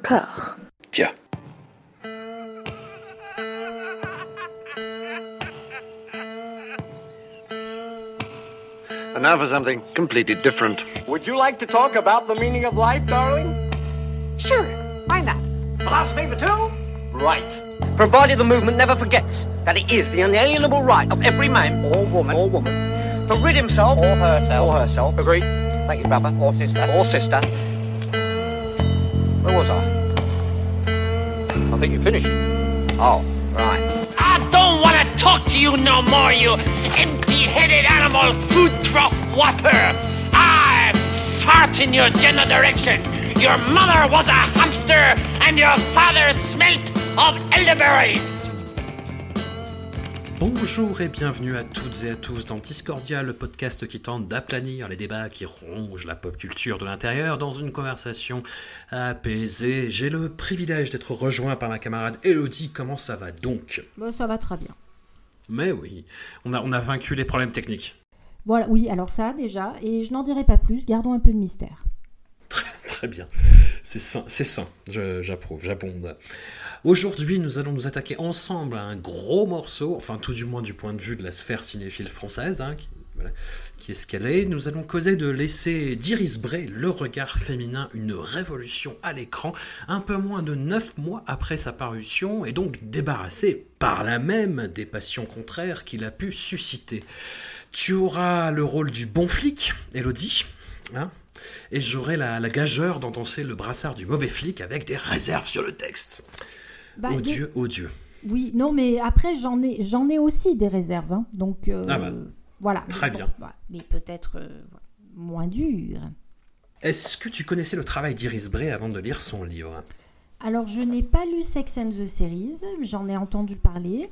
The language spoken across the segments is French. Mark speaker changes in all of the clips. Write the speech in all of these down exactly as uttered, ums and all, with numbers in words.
Speaker 1: D'accord.
Speaker 2: Tiens. And now for something completely different.
Speaker 3: Would you like to talk about the meaning of life, darling?
Speaker 4: Sure, why not? Philosophy for two?
Speaker 3: Right.
Speaker 4: Provided the movement never forgets that it is the inalienable right of every man or woman or woman to rid himself or herself or herself. Agreed. Thank you, brother or sister or sister. Where was I? I think you finished. Oh, right.
Speaker 5: I don't want to talk to you no more, you empty-headed animal food trough whopper. I fart in your general direction. Your mother was a hamster and your father smelt of elderberries.
Speaker 6: Bonjour et bienvenue à toutes et à tous dans Discordia, le podcast qui tente d'aplanir les débats qui rongent la pop culture de l'intérieur dans une conversation apaisée. J'ai le privilège d'être rejoint par ma camarade Elodie. Comment ça va donc ?
Speaker 7: Bon, ça va très bien.
Speaker 6: Mais oui, on a, on a vaincu les problèmes techniques.
Speaker 7: Voilà, oui, alors ça déjà, et je n'en dirai pas plus, gardons un peu de mystère.
Speaker 6: Très, très bien, c'est sain, c'est sain. Je, j'approuve, j'abonde. Aujourd'hui, nous allons nous attaquer ensemble à un gros morceau, enfin tout du moins du point de vue de la sphère cinéphile française, hein, qui, voilà, qui est ce qu'elle est. Nous allons causer de laisser d'Iris Bray, le regard féminin, une révolution à l'écran, un peu moins de neuf mois après sa parution, et donc débarrassé par là même des passions contraires qu'il a pu susciter. Tu auras le rôle du bon flic, Elodie, hein, et j'aurai la, la gageure d'entoncer le brassard du mauvais flic avec des réserves sur le texte.
Speaker 7: Bah,
Speaker 6: oh
Speaker 7: des...
Speaker 6: Dieu, oh Dieu.
Speaker 7: Oui, non, mais après, j'en ai, j'en ai aussi des réserves. Hein, donc, euh,
Speaker 6: ah bah,
Speaker 7: voilà.
Speaker 6: Très
Speaker 7: bon,
Speaker 6: bien.
Speaker 7: Bah, mais peut-être euh, moins dur.
Speaker 6: Est-ce que tu connaissais le travail d'Iris Bray avant de lire son livre ?
Speaker 7: Alors, je n'ai pas lu Sex and the Series, j'en ai entendu parler.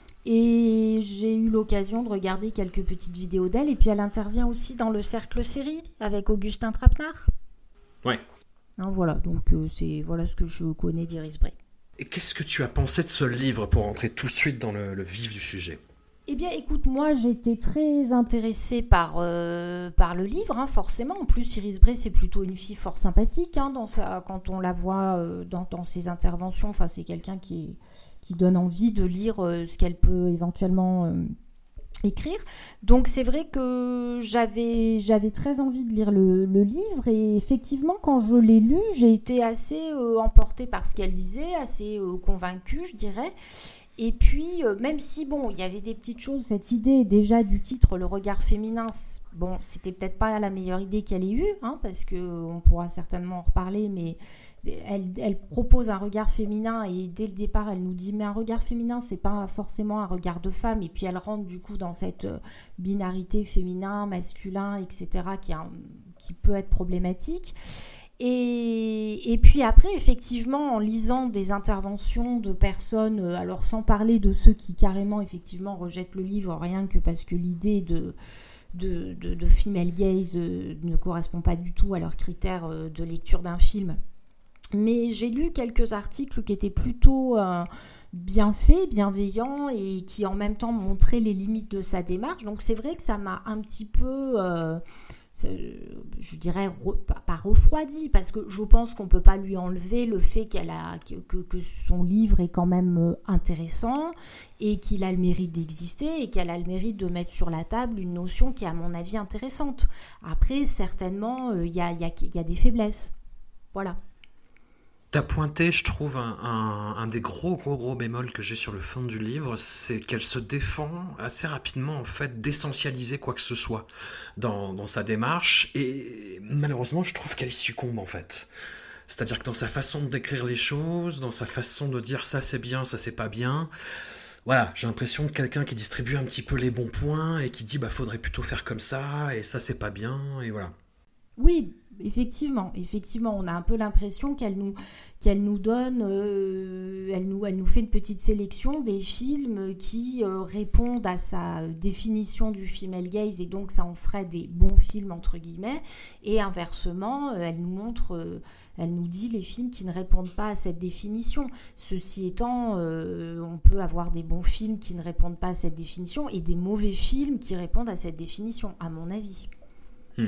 Speaker 7: Et j'ai eu l'occasion de regarder quelques petites vidéos d'elle. Et puis, elle intervient aussi dans le Cercle Série avec Augustin Trapenard.
Speaker 6: Ouais.
Speaker 7: Hein, voilà, donc euh, c'est voilà ce que je connais d'Iris Bray.
Speaker 6: Et qu'est-ce que tu as pensé de ce livre pour rentrer tout de suite dans le, le vif du sujet ?
Speaker 7: Eh bien, écoute, moi, j'étais très intéressée par, euh, par le livre, hein, forcément. En plus, Iris Bray, c'est plutôt une fille fort sympathique, hein, dans sa, quand on la voit euh, dans, dans ses interventions. Enfin, c'est quelqu'un qui, est, qui donne envie de lire euh, ce qu'elle peut éventuellement euh, écrire. Donc, c'est vrai que j'avais, j'avais très envie de lire le, le livre. Et effectivement, quand je l'ai lu, j'ai été assez euh, emportée par ce qu'elle disait, assez euh, convaincue, je dirais. Et puis, euh, même si, bon, il y avait des petites choses, cette idée déjà du titre, le regard féminin, bon, c'était peut-être pas la meilleure idée qu'elle ait eue, hein, parce qu'on pourra certainement en reparler, mais elle, elle propose un regard féminin et dès le départ, elle nous dit, mais un regard féminin, c'est pas forcément un regard de femme, et puis elle rentre du coup dans cette binarité féminin, masculin, et cetera, qui, a, qui peut être problématique. Et, et puis après, effectivement, en lisant des interventions de personnes, alors sans parler de ceux qui carrément, effectivement, rejettent le livre, rien que parce que l'idée de, de, de, de female gaze ne correspond pas du tout à leurs critères de lecture d'un film. Mais j'ai lu quelques articles qui étaient plutôt euh, bien faits, bienveillants, et qui en même temps montraient les limites de sa démarche. Donc c'est vrai que ça m'a un petit peu... Euh, je dirais pas refroidi, parce que je pense qu'on ne peut pas lui enlever le fait qu'elle a, que, que son livre est quand même intéressant et qu'il a le mérite d'exister et qu'elle a le mérite de mettre sur la table une notion qui est à mon avis intéressante. Après, certainement, il y a, y a, y a des faiblesses. Voilà.
Speaker 6: T'as pointé, je trouve, un, un, un des gros, gros, gros bémols que j'ai sur le fond du livre, c'est qu'elle se défend assez rapidement, en fait, d'essentialiser quoi que ce soit dans, dans sa démarche, et malheureusement, je trouve qu'elle y succombe, en fait. C'est-à-dire que dans sa façon de décrire les choses, dans sa façon de dire ça c'est bien, ça c'est pas bien, voilà, j'ai l'impression de quelqu'un qui distribue un petit peu les bons points, et qui dit, bah, faudrait plutôt faire comme ça, et ça c'est pas bien, et voilà.
Speaker 7: Oui, effectivement, effectivement, on a un peu l'impression qu'elle nous, qu'elle nous donne, euh, elle nous, elle nous fait une petite sélection des films qui euh, répondent à sa définition du female gaze, et donc ça en ferait des bons films entre guillemets. Et inversement, euh, elle nous montre, euh, elle nous dit les films qui ne répondent pas à cette définition. Ceci étant, euh, on peut avoir des bons films qui ne répondent pas à cette définition et des mauvais films qui répondent à cette définition, à mon avis.
Speaker 6: Hmm.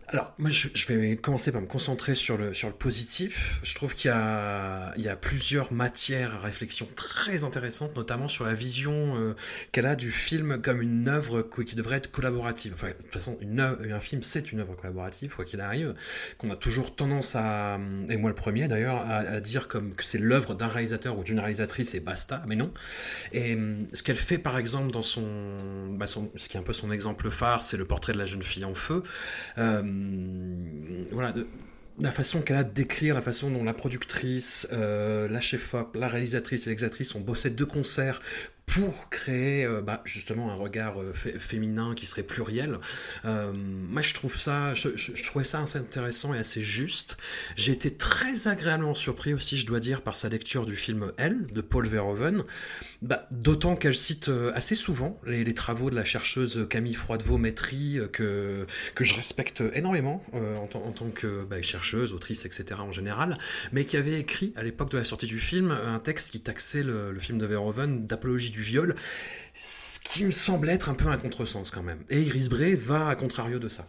Speaker 6: Alors, moi, je, je vais commencer par me concentrer sur le, sur le positif. Je trouve qu'il y a, il y a plusieurs matières à réflexion très intéressantes, notamment sur la vision euh, qu'elle a du film comme une œuvre qui devrait être collaborative. Enfin, de toute façon, une œuvre, un film, c'est une œuvre collaborative, quoi qu'il arrive, qu'on a toujours tendance à, et moi le premier d'ailleurs, à, à dire comme que c'est l'œuvre d'un réalisateur ou d'une réalisatrice et basta, mais non. Et ce qu'elle fait, par exemple, dans son, bah son ce qui est un peu son exemple phare, c'est le portrait de la jeune fille en feu. Euh, voilà, de, la façon qu'elle a de décrire, la façon dont la productrice, euh, la chef-op, la réalisatrice et l'exactrice ont bossé de concert pour créer euh, bah, justement un regard euh, f- féminin qui serait pluriel. Euh, moi, je trouve ça, je, je, je trouvais ça assez intéressant et assez juste. J'ai été très agréablement surpris aussi, je dois dire, par sa lecture du film Elle de Paul Verhoeven. Bah, d'autant qu'elle cite euh, assez souvent les, les travaux de la chercheuse Camille Froidevaux-Métry euh, que que je respecte énormément euh, en, t- en tant que bah, chercheuse, autrice, et cetera en général, mais qui avait écrit à l'époque de la sortie du film un texte qui taxait le, le film de Verhoeven d'apologie du viol, ce qui me semble être un peu un contresens quand même. Et Iris Bray va à contrario de ça.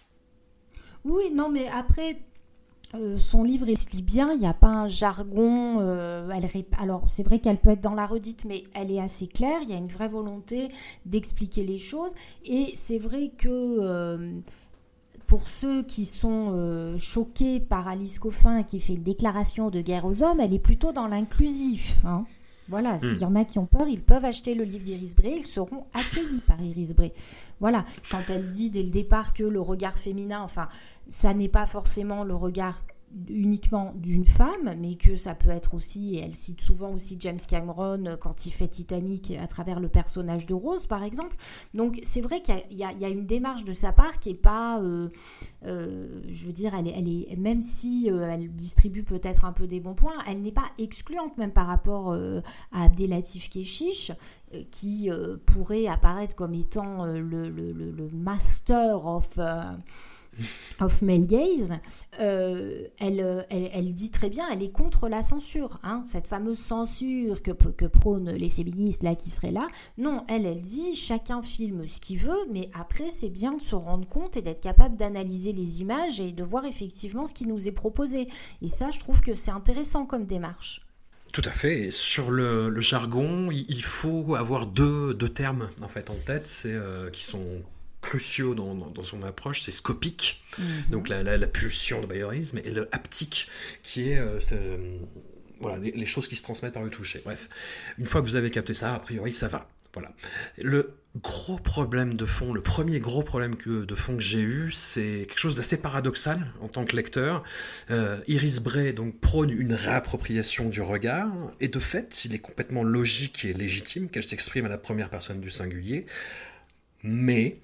Speaker 7: Oui, non, mais après, euh, son livre, il se lit bien, il n'y a pas un jargon. Euh, elle ré... Alors, c'est vrai qu'elle peut être dans la redite, mais elle est assez claire, il y a une vraie volonté d'expliquer les choses. Et c'est vrai que... Euh, pour ceux qui sont euh, choqués par Alice Coffin qui fait une déclaration de guerre aux hommes, elle est plutôt dans l'inclusif, hein. Voilà, mmh. S'il y en a qui ont peur, ils peuvent acheter le livre d'Iris Bray, ils seront accueillis par Iris Bray. Voilà, quand elle dit dès le départ que le regard féminin, enfin, ça n'est pas forcément le regard uniquement d'une femme, mais que ça peut être aussi, et elle cite souvent aussi James Cameron quand il fait Titanic à travers le personnage de Rose, par exemple. Donc c'est vrai qu'il y a, il y a une démarche de sa part qui est pas, euh, euh, je veux dire, elle est, elle est, même si euh, elle distribue peut-être un peu des bons points, elle n'est pas excluante même par rapport euh, à Abdelatif Kechiche, euh, qui euh, pourrait apparaître comme étant euh, le, le, le, le master of... Euh, of male gaze, euh, elle, elle, elle dit très bien, elle est contre la censure, hein, cette fameuse censure que, que prônent les féministes là qui seraient là. Non, elle, elle dit chacun filme ce qu'il veut, mais après c'est bien de se rendre compte et d'être capable d'analyser les images et de voir effectivement ce qui nous est proposé. Et ça, je trouve que c'est intéressant comme démarche.
Speaker 6: Tout à fait. Et sur le, le jargon, il faut avoir deux, deux termes en fait en tête, c'est euh, qui sont cruciaux dans, dans, dans son approche, c'est scopique, mmh. donc la, la, la pulsion de voyeurisme, et le haptique, qui est, euh, c'est, euh, voilà, les, les choses qui se transmettent par le toucher. Bref, une fois que vous avez capté ça, a priori, ça va. Voilà. Le gros problème de fond, le premier gros problème que, de fond que j'ai eu, c'est quelque chose d'assez paradoxal en tant que lecteur. Euh, Iris Bray donc prône une réappropriation du regard, et de fait, il est complètement logique et légitime qu'elle s'exprime à la première personne du singulier, mais...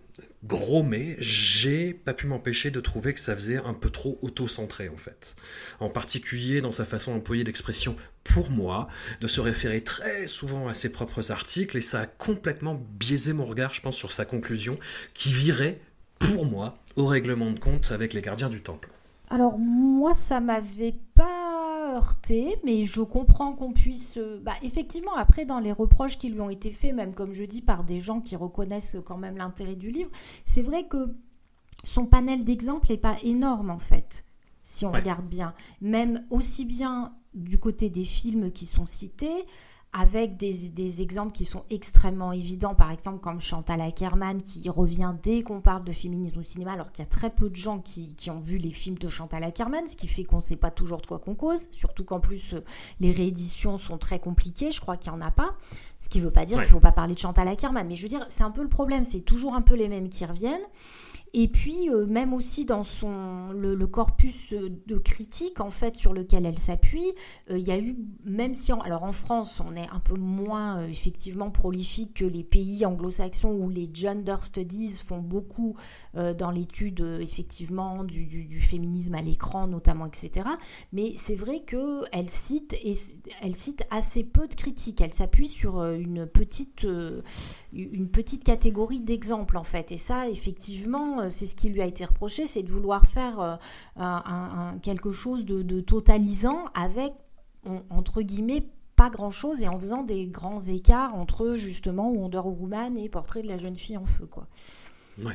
Speaker 6: Gros mais, j'ai pas pu m'empêcher de trouver que ça faisait un peu trop auto-centré en fait. En particulier dans sa façon d'employer l'expression « pour moi », de se référer très souvent à ses propres articles, et ça a complètement biaisé mon regard, je pense, sur sa conclusion, qui virait, pour moi, au règlement de compte avec les gardiens du temple.
Speaker 7: Alors moi, ça m'avait pas heurté, mais je comprends qu'on puisse... Bah, effectivement, après, dans les reproches qui lui ont été faits, même comme je dis, par des gens qui reconnaissent quand même l'intérêt du livre, c'est vrai que son panel d'exemples n'est pas énorme, en fait, si on ouais. regarde bien. Même aussi bien du côté des films qui sont cités, avec des, des exemples qui sont extrêmement évidents, par exemple comme Chantal Akerman qui revient dès qu'on parle de féminisme au cinéma, alors qu'il y a très peu de gens qui, qui ont vu les films de Chantal Akerman, ce qui fait qu'on ne sait pas toujours de quoi qu'on cause, surtout qu'en plus les rééditions sont très compliquées, je crois qu'il n'y en a pas, ce qui ne veut pas dire ouais. qu'il ne faut pas parler de Chantal Akerman, mais je veux dire, c'est un peu le problème, c'est toujours un peu les mêmes qui reviennent. Et puis, euh, même aussi dans son, le, le corpus de critique, en fait, sur lequel elle s'appuie, il euh, y a eu, même si, en, alors en France, on est un peu moins, euh, effectivement, prolifique que les pays anglo-saxons où les gender studies font beaucoup euh, dans l'étude, euh, effectivement, du, du, du féminisme à l'écran, notamment, et cetera. Mais c'est vrai qu'elle cite, et, elle cite assez peu de critiques. Elle s'appuie sur euh, une petite... Euh, une petite catégorie d'exemples en fait, et ça effectivement c'est ce qui lui a été reproché, c'est de vouloir faire euh, un, un, quelque chose de, de totalisant avec on, entre guillemets pas grand chose, et en faisant des grands écarts entre justement Wonder Woman et Portrait de la jeune fille en feu quoi.
Speaker 6: Ouais.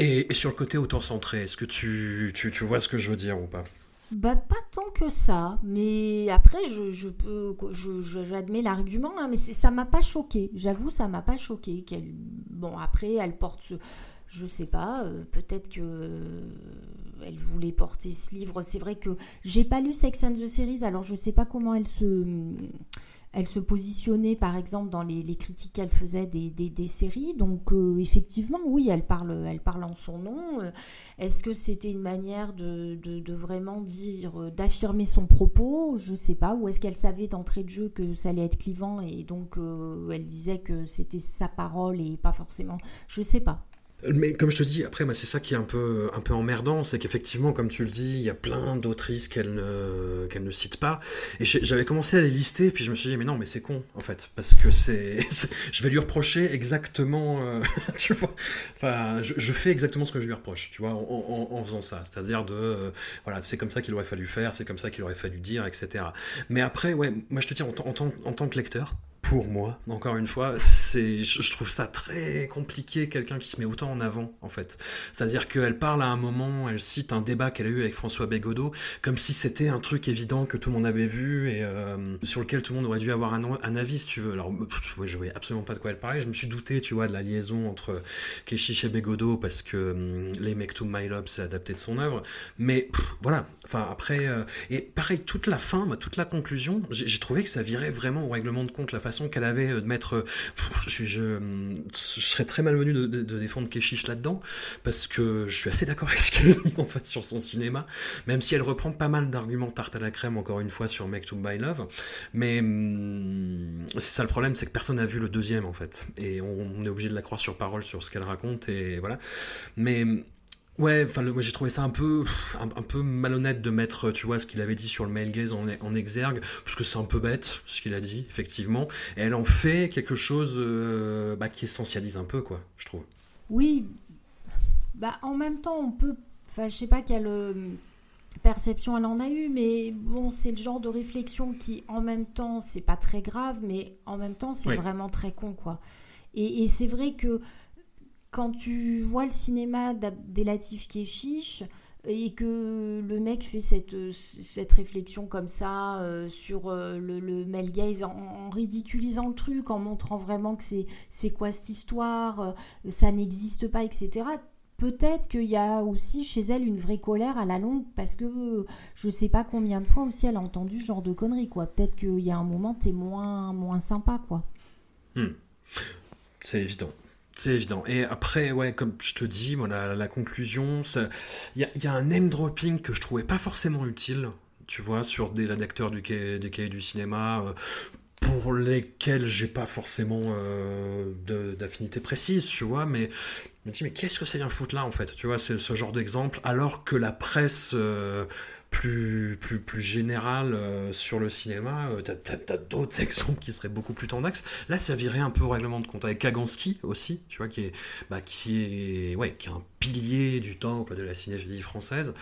Speaker 6: Et, et sur le côté auto-centré, est-ce que tu, tu, tu vois ce que je veux dire ou pas?
Speaker 7: Bah, pas tant que ça, mais après, je, je peux, je, je- j'admets l'argument, hein, mais c'est, ça m'a pas choqué. J'avoue, ça m'a pas choqué. Qu'elle, bon, après, elle porte ce, je sais pas, euh, peut-être que euh, elle voulait porter ce livre. C'est vrai que j'ai pas lu Sex and the Series, alors je sais pas comment elle se, elle se positionnait, par exemple, dans les, les critiques qu'elle faisait des, des, des séries. Donc, euh, effectivement, oui, elle parle, elle parle en son nom. Euh, Est-ce que c'était une manière de, de, de vraiment dire, euh, d'affirmer son propos? Je sais pas. Ou est-ce qu'elle savait d'entrée de jeu que ça allait être clivant et donc euh, elle disait que c'était sa parole et pas forcément. Je sais pas.
Speaker 6: Mais comme je te dis, après, moi, c'est ça qui est un peu, un peu emmerdant, c'est qu'effectivement, comme tu le dis, il y a plein d'autrices qu'elle ne, qu'elle ne cite pas. Et j'ai- j'avais commencé à les lister, puis je me suis dit, mais non, mais c'est con, en fait, parce que c'est, c'est- je vais lui reprocher exactement, euh, tu vois, enfin, je, je fais exactement ce que je lui reproche, tu vois, en, en- en faisant ça. C'est-à-dire de, euh, voilà, c'est comme ça qu'il aurait fallu faire, c'est comme ça qu'il aurait fallu dire, et cetera. Mais après, ouais, moi, je te dis, en, tant- en tant en tant que lecteur, pour moi, encore une fois, c'est, je, je trouve ça très compliqué, quelqu'un qui se met autant en avant, en fait. C'est-à-dire qu'elle parle à un moment, elle cite un débat qu'elle a eu avec François Bégodeau, comme si c'était un truc évident que tout le monde avait vu et euh, sur lequel tout le monde aurait dû avoir un, un avis, si tu veux. Alors, pff, ouais, je voyais absolument pas de quoi elle parlait. Je me suis douté, tu vois, de la liaison entre Keshish et Bégodeau, parce que hum, les Make to My Love, c'est adapté de son œuvre. Mais pff, voilà, enfin, après... euh, et pareil, toute la fin, moi, toute la conclusion, j'ai j'ai trouvé que ça virait vraiment au règlement de compte, la façon qu'elle avait de mettre... Pff, je, je, je serais très malvenu de, de, de défendre Keshish là-dedans, parce que je suis assez d'accord avec ce qu'elle dit, en fait, sur son cinéma, même si elle reprend pas mal d'arguments tarte à la crème, encore une fois, sur Make to My Love. Mais hum, c'est ça le problème, c'est que personne n'a vu le deuxième, en fait. Et on, on est obligé de la croire sur parole sur ce qu'elle raconte, et voilà. Mais... Ouais, enfin, le- moi j'ai trouvé ça un peu, un, un peu malhonnête de mettre, tu vois, ce qu'il avait dit sur le male gaze en, en exergue, parce que c'est un peu bête, ce qu'il a dit, effectivement. Et elle en fait quelque chose euh, bah, qui essentialise un peu, quoi, je trouve.
Speaker 7: Oui, bah en même temps, on peut. Enfin, je sais pas quelle euh, perception elle en a eu, mais bon, c'est le genre de réflexion qui, en même temps, c'est pas très grave, mais en même temps, c'est
Speaker 6: Oui.
Speaker 7: vraiment très con, quoi. Et, et c'est vrai que quand tu vois le cinéma d'Abdelatif Keshish et que le mec fait cette, cette réflexion comme ça euh, sur euh, le, le male gaze en, en ridiculisant le truc, en montrant vraiment que c'est, c'est quoi cette histoire, euh, ça n'existe pas, et cetera. Peut-être qu'il y a aussi chez elle une vraie colère à la longue parce que euh, je sais pas combien de fois aussi elle a entendu ce genre de conneries, quoi. Peut-être qu'il y a un moment t'es moins, moins sympa, quoi.
Speaker 6: Hmm. C'est évident. C'est évident. Et après, ouais, comme je te dis, moi, la, la conclusion, il y a, y a un name dropping que je trouvais pas forcément utile, tu vois, sur des rédacteurs du quai, des cahiers du cinéma, euh, pour lesquels j'ai pas forcément euh, de, d'affinité précise, tu vois, mais je me dis, mais qu'est-ce que ça vient foutre là, en fait, tu vois, c'est ce genre d'exemple, alors que la presse... euh, plus, plus, plus générale euh, sur le cinéma, euh, t'as, t'as, t'as d'autres exemples qui seraient beaucoup plus tendax. Là, ça virait un peu au règlement de compte avec Kaganski aussi, tu vois, qui est, bah, qui est, ouais, qui est un pilier du temple de la cinéphilie française.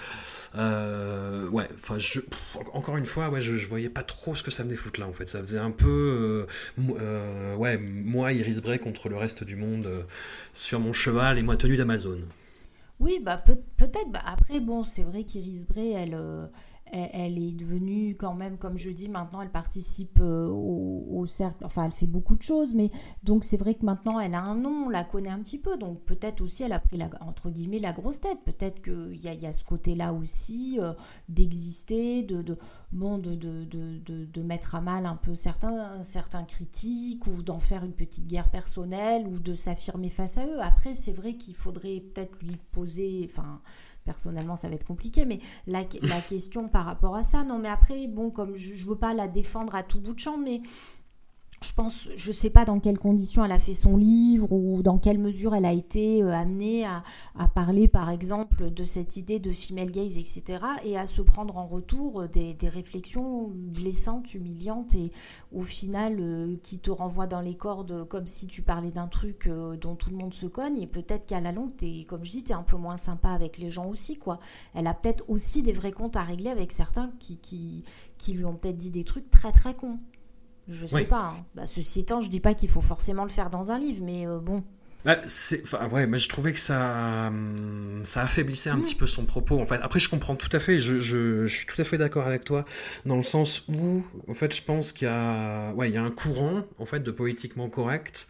Speaker 6: Euh, ouais, enfin, je, pff, encore une fois, ouais, je, je voyais pas trop ce que ça venait foutre là, en fait. Ça faisait un peu, euh, euh, ouais, moi, Iris Bray contre le reste du monde euh, sur mon cheval et moi tenu d'Amazon.
Speaker 7: Oui, bah peut- peut-être. Bah, après, bon, c'est vrai qu'Iris Bray, elle, euh, elle, elle est devenue quand même, comme je dis, maintenant, elle participe euh, au, au cercle. Enfin, elle fait beaucoup de choses, mais donc c'est vrai que maintenant, elle a un nom, on la connaît un petit peu. Donc peut-être aussi, elle a pris, la, entre guillemets, la grosse tête. Peut-être qu'il y a, il y a ce côté-là aussi euh, d'exister, de, de, bon, de, de, de, de, de mettre à mal un peu certains, certains critiques ou d'en faire une petite guerre personnelle ou de s'affirmer face à eux. Après, c'est vrai qu'il faudrait peut-être lui poser... Enfin, personnellement, ça va être compliqué, mais la, la question par rapport à ça, non, mais après, bon, comme je ne veux pas la défendre à tout bout de champ, mais je pense, je ne sais pas dans quelles conditions elle a fait son livre ou dans quelle mesure elle a été euh, amenée à, à parler, par exemple, de cette idée de female gaze, et cetera, et à se prendre en retour des, des réflexions blessantes, humiliantes, et au final, euh, qui te renvoient dans les cordes comme si tu parlais d'un truc euh, dont tout le monde se cogne, et peut-être qu'à la longue, t'es, comme je dis, tu es un peu moins sympa avec les gens aussi, quoi. Elle a peut-être aussi des vrais comptes à régler avec certains qui, qui, qui lui ont peut-être dit des trucs très très cons. Je sais
Speaker 6: Oui.
Speaker 7: pas. Hein. Bah, ceci étant, je dis pas qu'il faut forcément le faire dans un livre, mais euh, bon.
Speaker 6: Ah, c'est, enfin, ouais, mais je trouvais que ça, ça affaiblissait un mmh. petit peu son propos. En fait, après, je comprends tout à fait. Je, je, je suis tout à fait d'accord avec toi dans le sens où, en fait, je pense qu'il y a, ouais, il y a un courant, en fait, de politiquement correct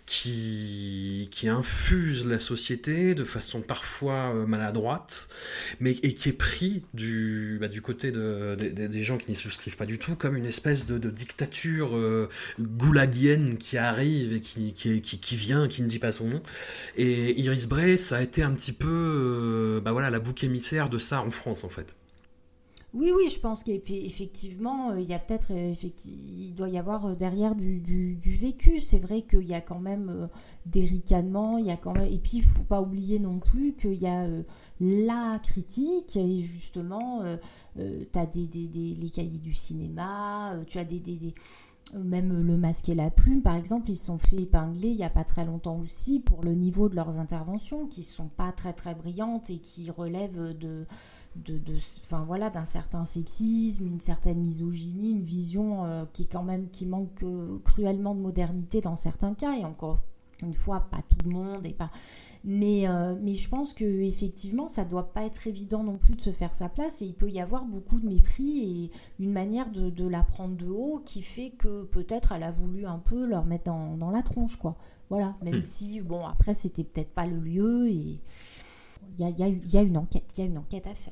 Speaker 6: qui, qui infuse la société de façon parfois euh, maladroite, mais et qui est pris du, bah, du côté de, de, de, des gens qui n'y souscrivent pas du tout, comme une espèce de, de dictature euh, goulagienne qui arrive et qui, qui, qui, qui vient, qui ne dit pas son nom. Et Iris Bray, ça a été un petit peu, euh, bah voilà, la bouc émissaire de ça en France, en fait.
Speaker 7: Oui, oui, je pense qu'effectivement, il y a peut-être, il doit y avoir derrière du, du, du vécu. C'est vrai qu'il y a quand même des ricanements, il y a quand même, et puis il ne faut pas oublier non plus qu'il y a la critique, et justement, euh, euh, tu as des, des, des, les cahiers du cinéma, euh, tu as des, des, des même Le Masque et la Plume, par exemple, ils se sont fait épingler il n'y a pas très longtemps aussi pour le niveau de leurs interventions, qui ne sont pas très très brillantes et qui relèvent de... De, de, enfin, voilà, d'un certain sexisme, une certaine misogynie, une vision euh, qui, quand même, qui manque euh, cruellement de modernité dans certains cas, et encore une fois, pas tout le monde, et pas... mais, euh, mais je pense qu'effectivement, ça ne doit pas être évident non plus de se faire sa place, et il peut y avoir beaucoup de mépris et une manière de, de la prendre de haut qui fait que peut-être elle a voulu un peu leur mettre dans, dans la tronche, quoi. Voilà, même mmh. si, bon, après, c'était peut-être pas le lieu, et... Il y a, y, a, y a une enquête, il y a une enquête à faire.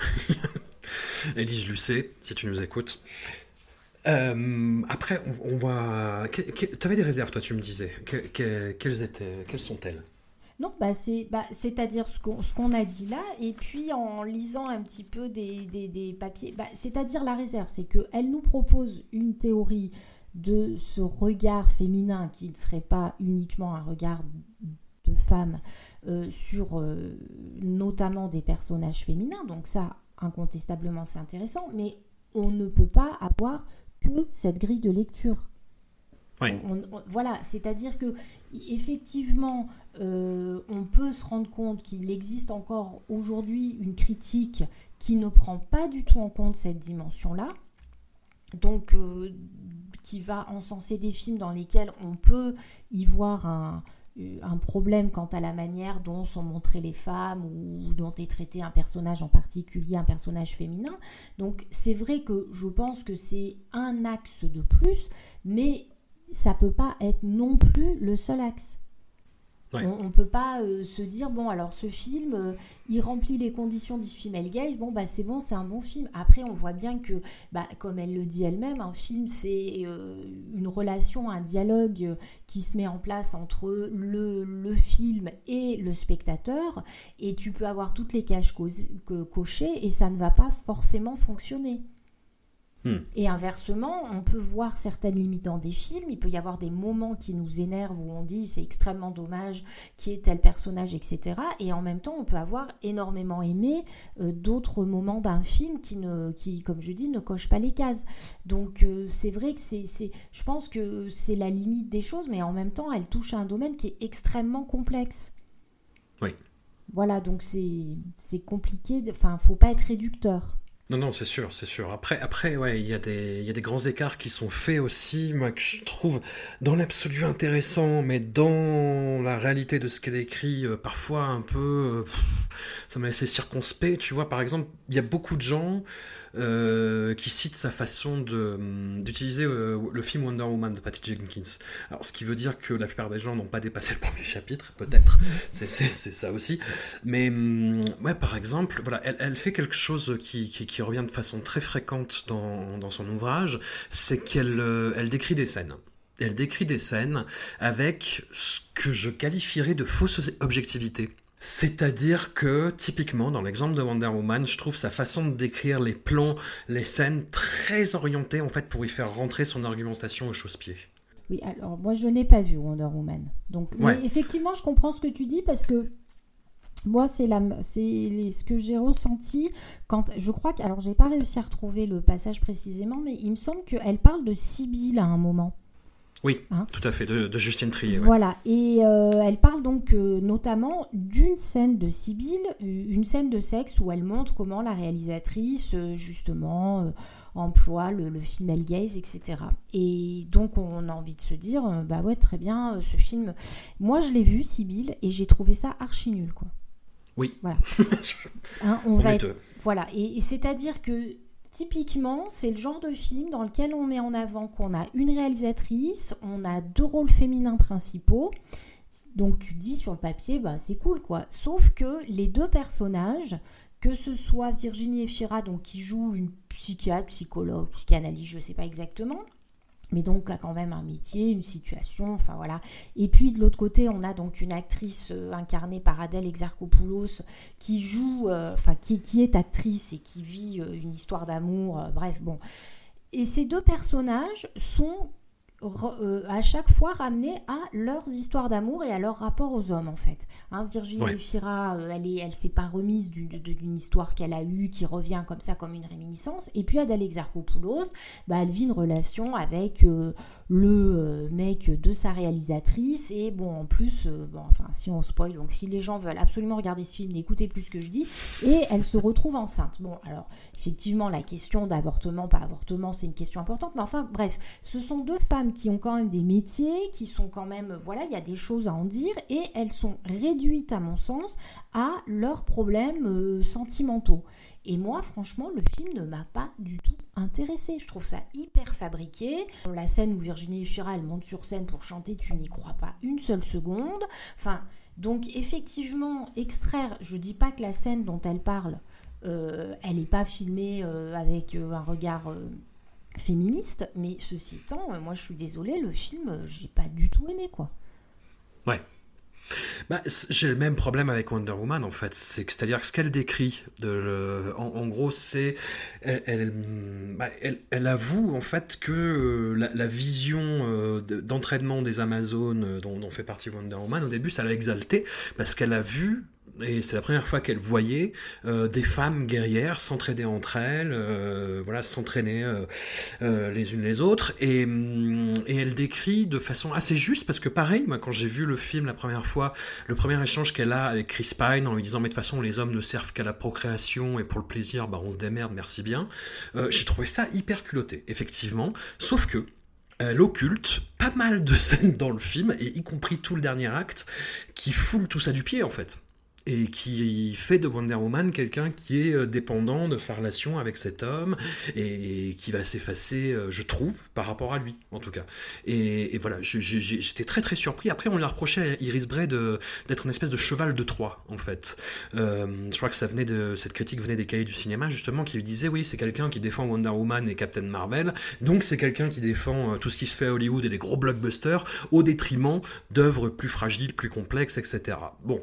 Speaker 6: Élise Lucet, si tu nous écoutes. Euh, après, on, on va... Tu avais des réserves, toi, tu me disais. Que, que, quelles, étaient, quelles sont-elles ?
Speaker 7: Non, bah c'est, bah, c'est-à-dire ce qu'on, ce qu'on a dit là, et puis en lisant un petit peu des, des, des papiers, bah, c'est-à-dire la réserve, c'est qu'elle nous propose une théorie de ce regard féminin qui ne serait pas uniquement un regard de femme, Euh, sur euh, notamment des personnages féminins, donc ça incontestablement c'est intéressant, mais on ne peut pas avoir que cette grille de lecture.
Speaker 6: Oui.
Speaker 7: On, on, voilà, c'est-à-dire que effectivement euh, on peut se rendre compte qu'il existe encore aujourd'hui une critique qui ne prend pas du tout en compte cette dimension-là, donc euh, qui va encenser des films dans lesquels on peut y voir un un problème quant à la manière dont sont montrées les femmes ou dont est traité un personnage en particulier, un personnage féminin. Donc c'est vrai que je pense que c'est un axe de plus, mais ça peut pas être non plus le seul axe. Ouais. On ne peut pas euh, se dire, bon, alors ce film, euh, il remplit les conditions du female gaze, bon, bah c'est bon, c'est un bon film. Après, on voit bien que, bah, comme elle le dit elle-même, un film, c'est euh, une relation, un dialogue euh, qui se met en place entre le, le film et le spectateur, et tu peux avoir toutes les cases co- co- cochées, et ça ne va pas forcément fonctionner. Hmm. Et inversement, on peut voir certaines limites dans des films, il peut y avoir des moments qui nous énervent où on dit c'est extrêmement dommage qu'il y ait tel personnage, et cetera. Et en même temps, on peut avoir énormément aimé euh, d'autres moments d'un film qui, ne, qui, comme je dis, ne cochent pas les cases. Donc euh, c'est vrai que c'est, c'est, je pense que c'est la limite des choses, mais en même temps, elle touche à un domaine qui est extrêmement complexe.
Speaker 6: Oui.
Speaker 7: Voilà, donc c'est, c'est compliqué, enfin, faut pas être réducteur.
Speaker 6: Non, non, c'est sûr, c'est sûr. Après, après ouais, il y a des, il y a des grands écarts qui sont faits aussi, moi, que je trouve dans l'absolu intéressant, mais dans la réalité de ce qu'elle écrit, euh, parfois un peu, euh, pff, ça m'a laissé circonspect, tu vois. Par exemple, il y a beaucoup de gens euh, qui citent sa façon de, d'utiliser euh, le film Wonder Woman de Patty Jenkins. Alors, ce qui veut dire que la plupart des gens n'ont pas dépassé le premier chapitre, peut-être, c'est, c'est, c'est ça aussi. Mais, ouais, par exemple, voilà, elle, elle fait quelque chose qui, qui, qui revient de façon très fréquente dans, dans son ouvrage, c'est qu'elle euh, elle décrit des scènes. Elle décrit des scènes avec ce que je qualifierais de fausse objectivité. C'est-à-dire que, typiquement, dans l'exemple de Wonder Woman, je trouve sa façon de décrire les plans, les scènes, très orientée, en fait, pour y faire rentrer son argumentation au chausse-pied.
Speaker 7: Oui, alors, moi, je n'ai pas vu Wonder Woman. Donc, ouais. Mais effectivement, je comprends ce que tu dis, parce que moi, c'est, la, c'est ce que j'ai ressenti quand, je crois que, alors j'ai pas réussi à retrouver le passage précisément, mais il me semble qu'elle parle de Sibylle à un moment.
Speaker 6: Oui, hein, tout à fait, de, de Justine Triet. Ouais.
Speaker 7: Voilà, et euh, elle parle donc euh, notamment d'une scène de Sibylle, une scène de sexe où elle montre comment la réalisatrice, justement, euh, emploie le, le female gaze, et cetera. Et donc on a envie de se dire, euh, bah ouais, très bien, euh, ce film. Moi je l'ai vu, Sybille, et j'ai trouvé ça archi nul, quoi.
Speaker 6: Oui.
Speaker 7: Voilà. Hein, on
Speaker 6: on
Speaker 7: va
Speaker 6: est
Speaker 7: être...
Speaker 6: deux.
Speaker 7: Voilà. Et, et c'est-à-dire que typiquement, c'est le genre de film dans lequel on met en avant qu'on a une réalisatrice, on a deux rôles féminins principaux. Donc tu dis sur le papier, bah c'est cool, quoi. Sauf que les deux personnages, que ce soit Virginie Efira, donc qui joue une psychiatre, psychologue, psychanalyste, je ne sais pas exactement, mais donc a quand même un métier, une situation, enfin voilà. Et puis de l'autre côté, on a donc une actrice euh, incarnée par Adèle Exarchopoulos qui joue, euh, enfin qui, qui est actrice et qui vit euh, une histoire d'amour, euh, bref, bon. Et ces deux personnages sont re, euh, à chaque fois ramenés à leurs histoires d'amour et à leur rapport aux hommes, en fait. Hein, Virginie
Speaker 6: Ouais.
Speaker 7: Efira, euh, elle est, elle s'est pas remise d'une, d'une histoire qu'elle a eue, qui revient comme ça, comme une réminiscence. Et puis Adèle Exarchopoulos, bah, elle vit une relation avec euh, le euh, mec de sa réalisatrice. Et bon, en plus, euh, bon, enfin, si on spoil, donc si les gens veulent absolument regarder ce film, n'écoutez plus ce que je dis. Et elle se retrouve enceinte. Bon, alors, effectivement, la question d'avortement, pas avortement, c'est une question importante. Mais enfin, bref, ce sont deux femmes qui ont quand même des métiers, qui sont quand même, voilà, il y a des choses à en dire. Et elles sont réduites, à mon sens, à leurs problèmes euh, sentimentaux. Et moi, franchement, le film ne m'a pas du tout intéressée. Je trouve ça hyper fabriqué. La scène où Virginie Efira, elle monte sur scène pour chanter, tu n'y crois pas une seule seconde. Enfin, donc effectivement, extraire, je dis pas que la scène dont elle parle, euh, elle n'est pas filmée euh, avec euh, un regard euh, féministe, mais ceci étant, euh, moi je suis désolée, le film, euh, j'ai pas du tout aimé, quoi.
Speaker 6: Ouais. Bah, j'ai le même problème avec Wonder Woman en fait, c'est que, c'est-à-dire que ce qu'elle décrit, de le, en, en gros, c'est elle, elle, bah, elle, elle avoue en fait que euh, la, la vision euh, de, d'entraînement des Amazones euh, dont, dont fait partie Wonder Woman, au début, ça l'a exaltée parce qu'elle a vu. Et c'est la première fois qu'elle voyait euh, des femmes guerrières s'entraider entre elles, euh, voilà, s'entraîner euh, euh, les unes les autres. Et, et elle décrit de façon assez juste, parce que pareil, moi, quand j'ai vu le film la première fois, le premier échange qu'elle a avec Chris Pine en lui disant « mais de toute façon, les hommes ne servent qu'à la procréation et pour le plaisir, bah, on se démerde, merci bien euh, », j'ai trouvé ça hyper culotté, effectivement. Sauf que elle occulte pas mal de scènes dans le film, et y compris tout le dernier acte, qui foule tout ça du pied, en fait. Et qui fait de Wonder Woman quelqu'un qui est dépendant de sa relation avec cet homme et qui va s'effacer, je trouve, par rapport à lui, en tout cas. Et, et voilà, je, je, j'étais très très surpris. Après, on lui a reproché à Iris Bray de, d'être une espèce de cheval de Troie, en fait. Euh, je crois que ça venait de, cette critique venait des cahiers du cinéma, justement, qui lui disait, oui, c'est quelqu'un qui défend Wonder Woman et Captain Marvel, donc c'est quelqu'un qui défend tout ce qui se fait à Hollywood et les gros blockbusters au détriment d'œuvres plus fragiles, plus complexes, et cetera. Bon.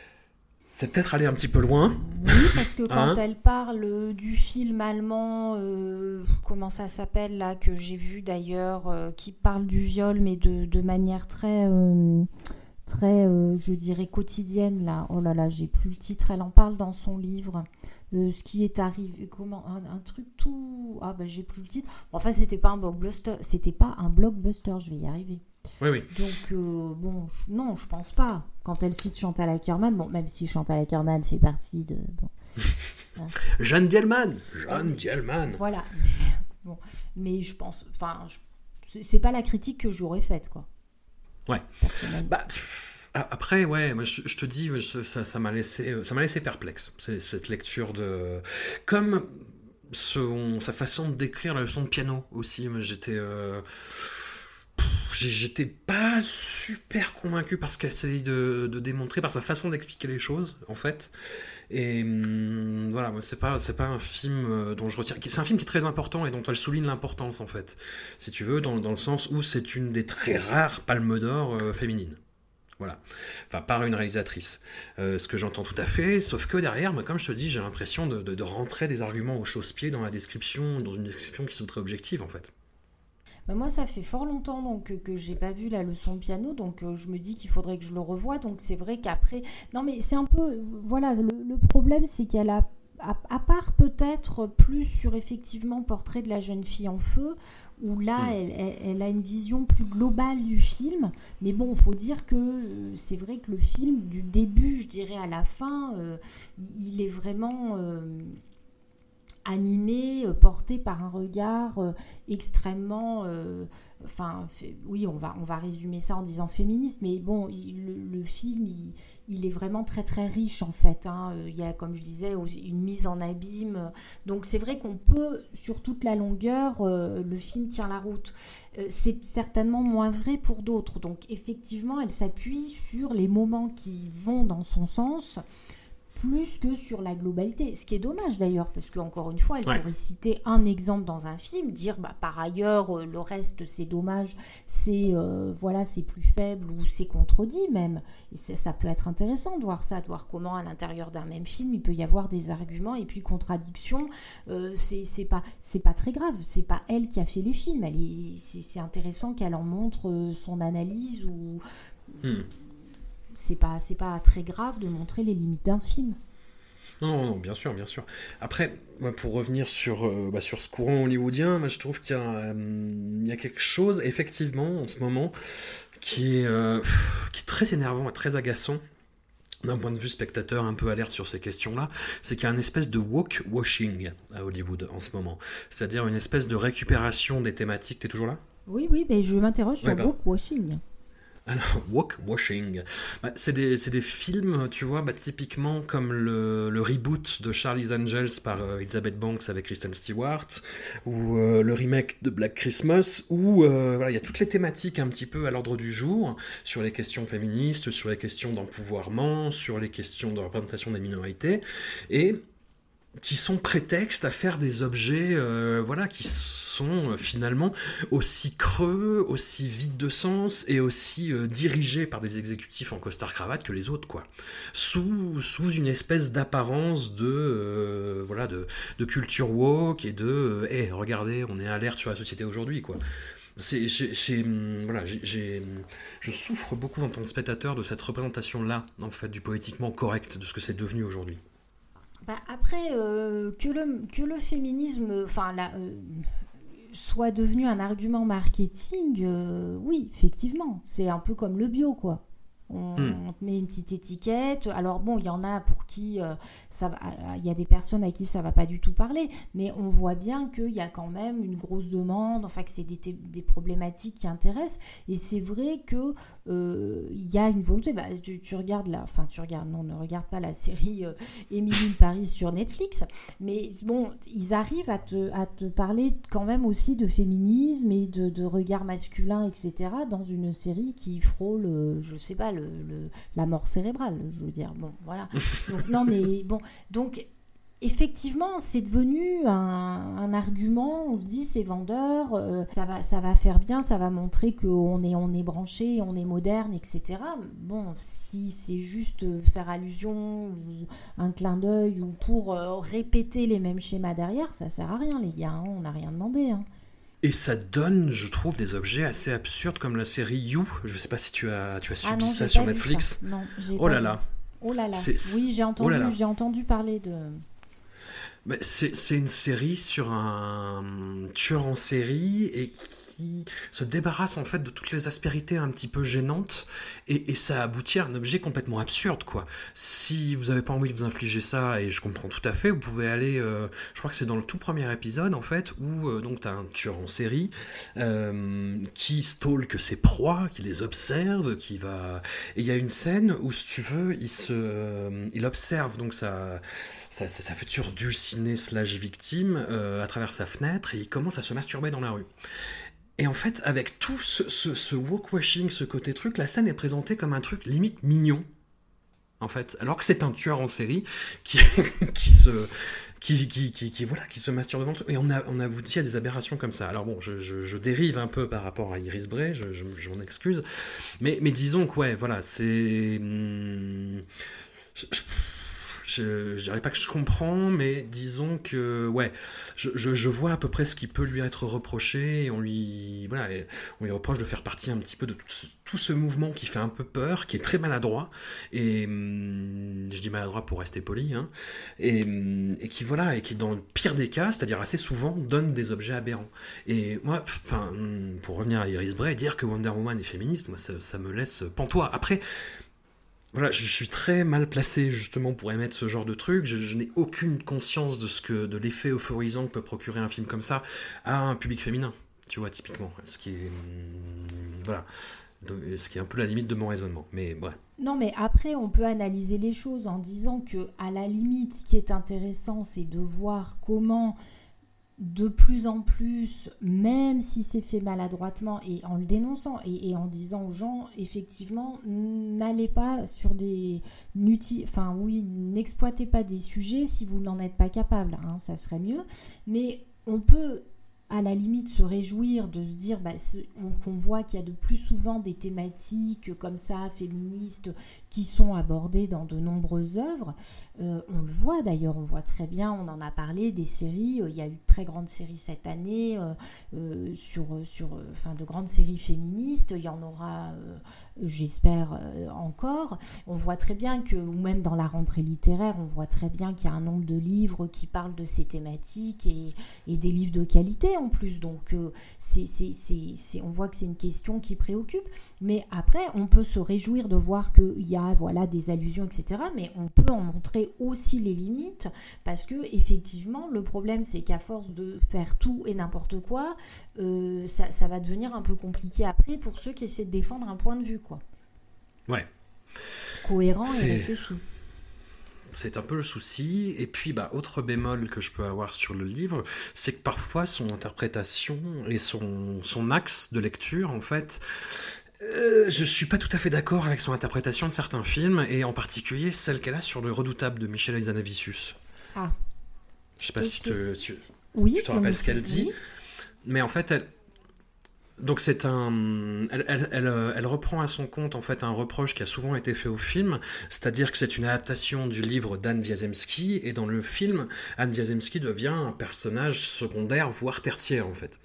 Speaker 6: C'est peut-être aller un petit peu loin.
Speaker 7: Oui, parce que quand hein elle parle du film allemand, euh, comment ça s'appelle là, que j'ai vu d'ailleurs, euh, qui parle du viol, mais de, de manière très, euh, très euh, je dirais, quotidienne, là. Oh là là, j'ai plus le titre. Elle en parle dans son livre. Euh, ce qui est arrivé, comment, un, un truc tout... Ah ben j'ai plus le titre. Enfin, c'était pas un blockbuster, c'était pas un blockbuster, je vais y arriver.
Speaker 6: Oui, oui.
Speaker 7: Donc, euh, bon, non, je pense pas. Quand elle cite Chantal Akerman, bon, même si Chantal Akerman fait partie de... Bon,
Speaker 6: hein. Jeanne Dielman Jeanne Dielman
Speaker 7: Voilà. Mais, bon, mais je pense... Enfin, je, c'est pas la critique que j'aurais faite, quoi.
Speaker 6: Ouais. Bah... Après, ouais, moi, je, je te dis, ça, ça m'a laissé, ça m'a laissé perplexe, c'est, cette lecture de... Comme son, sa façon de décrire la leçon de piano aussi, moi, j'étais... Euh... J'étais pas super convaincu par ce qu'elle essaye de, de démontrer, par sa façon d'expliquer les choses, en fait. Et hum, voilà, moi, c'est pas, c'est pas un film dont je retiens... C'est un film qui est très important et dont elle souligne l'importance, en fait. Si tu veux, dans, dans le sens où c'est une des très rares palmes d'or euh, féminines. Voilà, enfin par une réalisatrice, euh, ce que j'entends tout à fait, sauf que derrière, moi, comme je te dis, j'ai l'impression de, de, de rentrer des arguments au chausse-pied dans la description, dans une description qui sont très objective en fait.
Speaker 7: Bah moi, ça fait fort longtemps donc, que, que j'ai pas vu la leçon de piano, donc euh, je me dis qu'il faudrait que je le revoie, donc c'est vrai qu'après... Non mais c'est un peu... Voilà, le, le problème c'est qu'elle a, à, à part peut-être plus sur effectivement Portrait de la jeune fille en feu, où là, mmh. elle, elle, elle a une vision plus globale du film. Mais bon, il faut dire que euh, c'est vrai que le film, du début, je dirais, à la fin, euh, il est vraiment... Euh, animé, euh, porté par un regard euh, extrêmement... Euh, Enfin, fait, oui, on va, on va résumer ça en disant féministe, mais bon, il, le, le film, il, il est vraiment très très riche en fait. Hein. Il y a, comme je disais, une mise en abîme. Donc c'est vrai qu'on peut, sur toute la longueur, euh, le film tient la route. Euh, c'est certainement moins vrai pour d'autres. Donc effectivement, elle s'appuie sur les moments qui vont dans son sens, plus que sur la globalité, ce qui est dommage d'ailleurs, parce qu'encore une fois, elle ouais. pourrait citer un exemple dans un film, dire bah, par ailleurs, euh, le reste c'est dommage, c'est, euh, voilà, c'est plus faible ou c'est contredit même. Et ça peut être intéressant de voir ça, de voir comment à l'intérieur d'un même film, il peut y avoir des arguments et puis contradictions. Euh, c'est, c'est, pas, c'est pas très grave, c'est pas elle qui a fait les films, elle est, c'est, c'est intéressant qu'elle en montre euh, son analyse ou... Hmm. C'est pas, c'est pas très grave de montrer les limites d'un film.
Speaker 6: Non, non, bien sûr, bien sûr. Après, pour revenir sur, euh, bah, sur ce courant hollywoodien, moi, je trouve qu'il y a, euh, il y a quelque chose, effectivement, en ce moment, qui est, euh, qui est très énervant et très agaçant, d'un point de vue spectateur un peu alerte sur ces questions-là, c'est qu'il y a une espèce de woke-washing à Hollywood en ce moment. C'est-à-dire une espèce de récupération des thématiques. T'es toujours là ?
Speaker 7: Oui, oui, mais je m'interroge sur ouais, woke-washing.
Speaker 6: Alors, woke-washing, bah, c'est, des, c'est des films, tu vois, bah, typiquement comme le, le reboot de Charlie's Angels par euh, Elizabeth Banks avec Kristen Stewart, ou euh, le remake de Black Christmas, où euh, voilà, il y a toutes les thématiques un petit peu à l'ordre du jour, sur les questions féministes, sur les questions d'empouvoirment, sur les questions de représentation des minorités, et qui sont prétextes à faire des objets, euh, voilà, qui sont sont finalement aussi creux, aussi vides de sens et aussi euh, dirigés par des exécutifs en costard-cravate que les autres, quoi. Sous, sous une espèce d'apparence de, euh, voilà, de, de culture woke et de euh, « hey, regardez, on est alerte sur la société aujourd'hui », quoi. C'est, j'ai, j'ai, voilà, j'ai, j'ai, je souffre beaucoup en tant que spectateur de cette représentation-là, en fait, du politiquement correct, de ce que c'est devenu aujourd'hui.
Speaker 7: Bah après, euh, que, le, que le féminisme... Enfin, la... Euh... soit devenu un argument marketing, euh, oui, effectivement, c'est un peu comme le bio, quoi. On, mmh. on te met une petite étiquette. Alors bon, il y en a pour qui euh, ça va, il y a des personnes à qui ça va pas du tout parler, mais on voit bien qu'il y a quand même une grosse demande, enfin que c'est des, des problématiques qui intéressent. Et c'est vrai que euh, il y a une volonté. Bah, tu, tu regardes là, enfin tu regardes, non, ne regarde pas la série euh, Emily in Paris sur Netflix, mais bon, ils arrivent à te, à te parler quand même aussi de féminisme et de, de regard masculin, et cetera. Dans une série qui frôle, euh, je sais pas. Le, le, la mort cérébrale, je veux dire. Bon, voilà. Donc, non, mais bon. Donc, effectivement, c'est devenu un, un argument. On se dit, c'est vendeur, euh, ça, va, ça va faire bien, ça va montrer qu'on est, on est branché, on est moderne, et cetera. Bon, si c'est juste faire allusion ou un clin d'œil ou pour euh, répéter les mêmes schémas derrière, ça sert à rien, les gars. Hein, on n'a rien demandé. Hein.
Speaker 6: Et ça donne, je trouve, des objets assez absurdes comme la série You. Je ne sais pas si tu as, tu as subi ah non, ça sur Netflix.
Speaker 7: Ça. Non, j'ai
Speaker 6: oh
Speaker 7: pas
Speaker 6: là
Speaker 7: vu.
Speaker 6: là.
Speaker 7: Oh là là.
Speaker 6: C'est,
Speaker 7: oui, j'ai entendu,
Speaker 6: oh là là.
Speaker 7: j'ai entendu parler de...
Speaker 6: Mais c'est, c'est une série sur un tueur en série et qui se débarrasse en fait de toutes les aspérités un petit peu gênantes et, et ça aboutit à un objet complètement absurde, quoi. Si vous n'avez pas envie de vous infliger ça, et je comprends tout à fait, vous pouvez aller, euh, je crois que c'est dans le tout premier épisode en fait, où euh, donc tu as un tueur en série euh, qui stalke ses proies, qui les observe, qui va... Et il y a une scène où, si tu veux, il, se, euh, il observe donc sa, sa, sa, sa future dulcinée slash victime euh, à travers sa fenêtre et il commence à se masturber dans la rue. Et en fait, avec tout ce, ce, ce woke-washing, ce côté truc, la scène est présentée comme un truc limite mignon, en fait. Alors que c'est un tueur en série qui, qui se... Qui, qui, qui, qui, voilà, qui se masturbe devant tout. Et on a, on a abouti à des aberrations comme ça. Alors bon, je, je, je dérive un peu par rapport à Iris Bray, je, je, je m'en excuse. Mais, mais disons que, ouais, voilà, c'est... Hum, je, je, Je, je dirais pas que je comprends, mais disons que ouais, je, je, je vois à peu près ce qui peut lui être reproché et on lui voilà, et on lui reproche de faire partie un petit peu de tout ce, tout ce mouvement qui fait un peu peur, qui est très maladroit et hum, je dis maladroit pour rester poli, hein, et, et qui voilà et qui dans le pire des cas, c'est-à-dire assez souvent, donne des objets aberrants. Et moi, enfin, pour revenir à Iris Bray, dire que Wonder Woman est féministe, moi ça, ça me laisse pantois. Après. Voilà, je suis très mal placé justement pour émettre ce genre de truc. Je, je n'ai aucune conscience de ce que, de l'effet euphorisant que peut procurer un film comme ça à un public féminin. Tu vois, typiquement, ce qui est, hum, voilà, donc, ce qui est un peu la limite de mon raisonnement. Mais bref.
Speaker 7: Non, mais après, on peut analyser les choses en disant que, à la limite, ce qui est intéressant, c'est de voir comment, de plus en plus, même si c'est fait maladroitement et en le dénonçant et, et en disant aux gens, effectivement, n'allez pas sur des, enfin oui, n'exploitez pas des sujets si vous n'en êtes pas capable, hein, ça serait mieux. Mais on peut à la limite se réjouir de se dire bah, on, qu'on voit qu'il y a de plus souvent des thématiques comme ça, féministes, qui sont abordées dans de nombreuses œuvres. Euh, on le voit d'ailleurs, on voit très bien, on en a parlé, des séries, euh, il y a eu de très grandes séries cette année, euh, euh, sur, sur, euh, enfin, de grandes séries féministes, il y en aura... Euh, j'espère euh, encore. On voit très bien que, ou même dans la rentrée littéraire, on voit très bien qu'il y a un nombre de livres qui parlent de ces thématiques et, et des livres de qualité en plus. Donc, euh, c'est, c'est, c'est, c'est, on voit que c'est une question qui préoccupe. Mais après, on peut se réjouir de voir qu'il y a voilà, des allusions, et cetera. Mais on peut en montrer aussi les limites parce que, effectivement, le problème, c'est qu'à force de faire tout et n'importe quoi, euh, ça, ça va devenir un peu compliqué après pour ceux qui essaient de défendre un point de vue. Quoi.
Speaker 6: Ouais.
Speaker 7: Cohérent
Speaker 6: c'est...
Speaker 7: et réfléchi.
Speaker 6: C'est un peu le souci. Et puis, bah, autre bémol que je peux avoir sur le livre, c'est que parfois son interprétation et son, son axe de lecture, en fait, euh, je suis pas tout à fait d'accord avec son interprétation de certains films, et en particulier celle qu'elle a sur Le Redoutable de Michel Hazanavicius.
Speaker 7: Ah.
Speaker 6: Je sais pas si te, tu,
Speaker 7: oui,
Speaker 6: tu te rappelles ce qu'elle dit,
Speaker 7: oui.
Speaker 6: mais en fait, elle... Donc c'est un, elle, elle, elle, elle reprend à son compte en fait un reproche qui a souvent été fait au film, c'est-à-dire que c'est une adaptation du livre d'Anne Wiazemski, et dans le film, Anne Wiazemski devient un personnage secondaire, voire tertiaire en fait.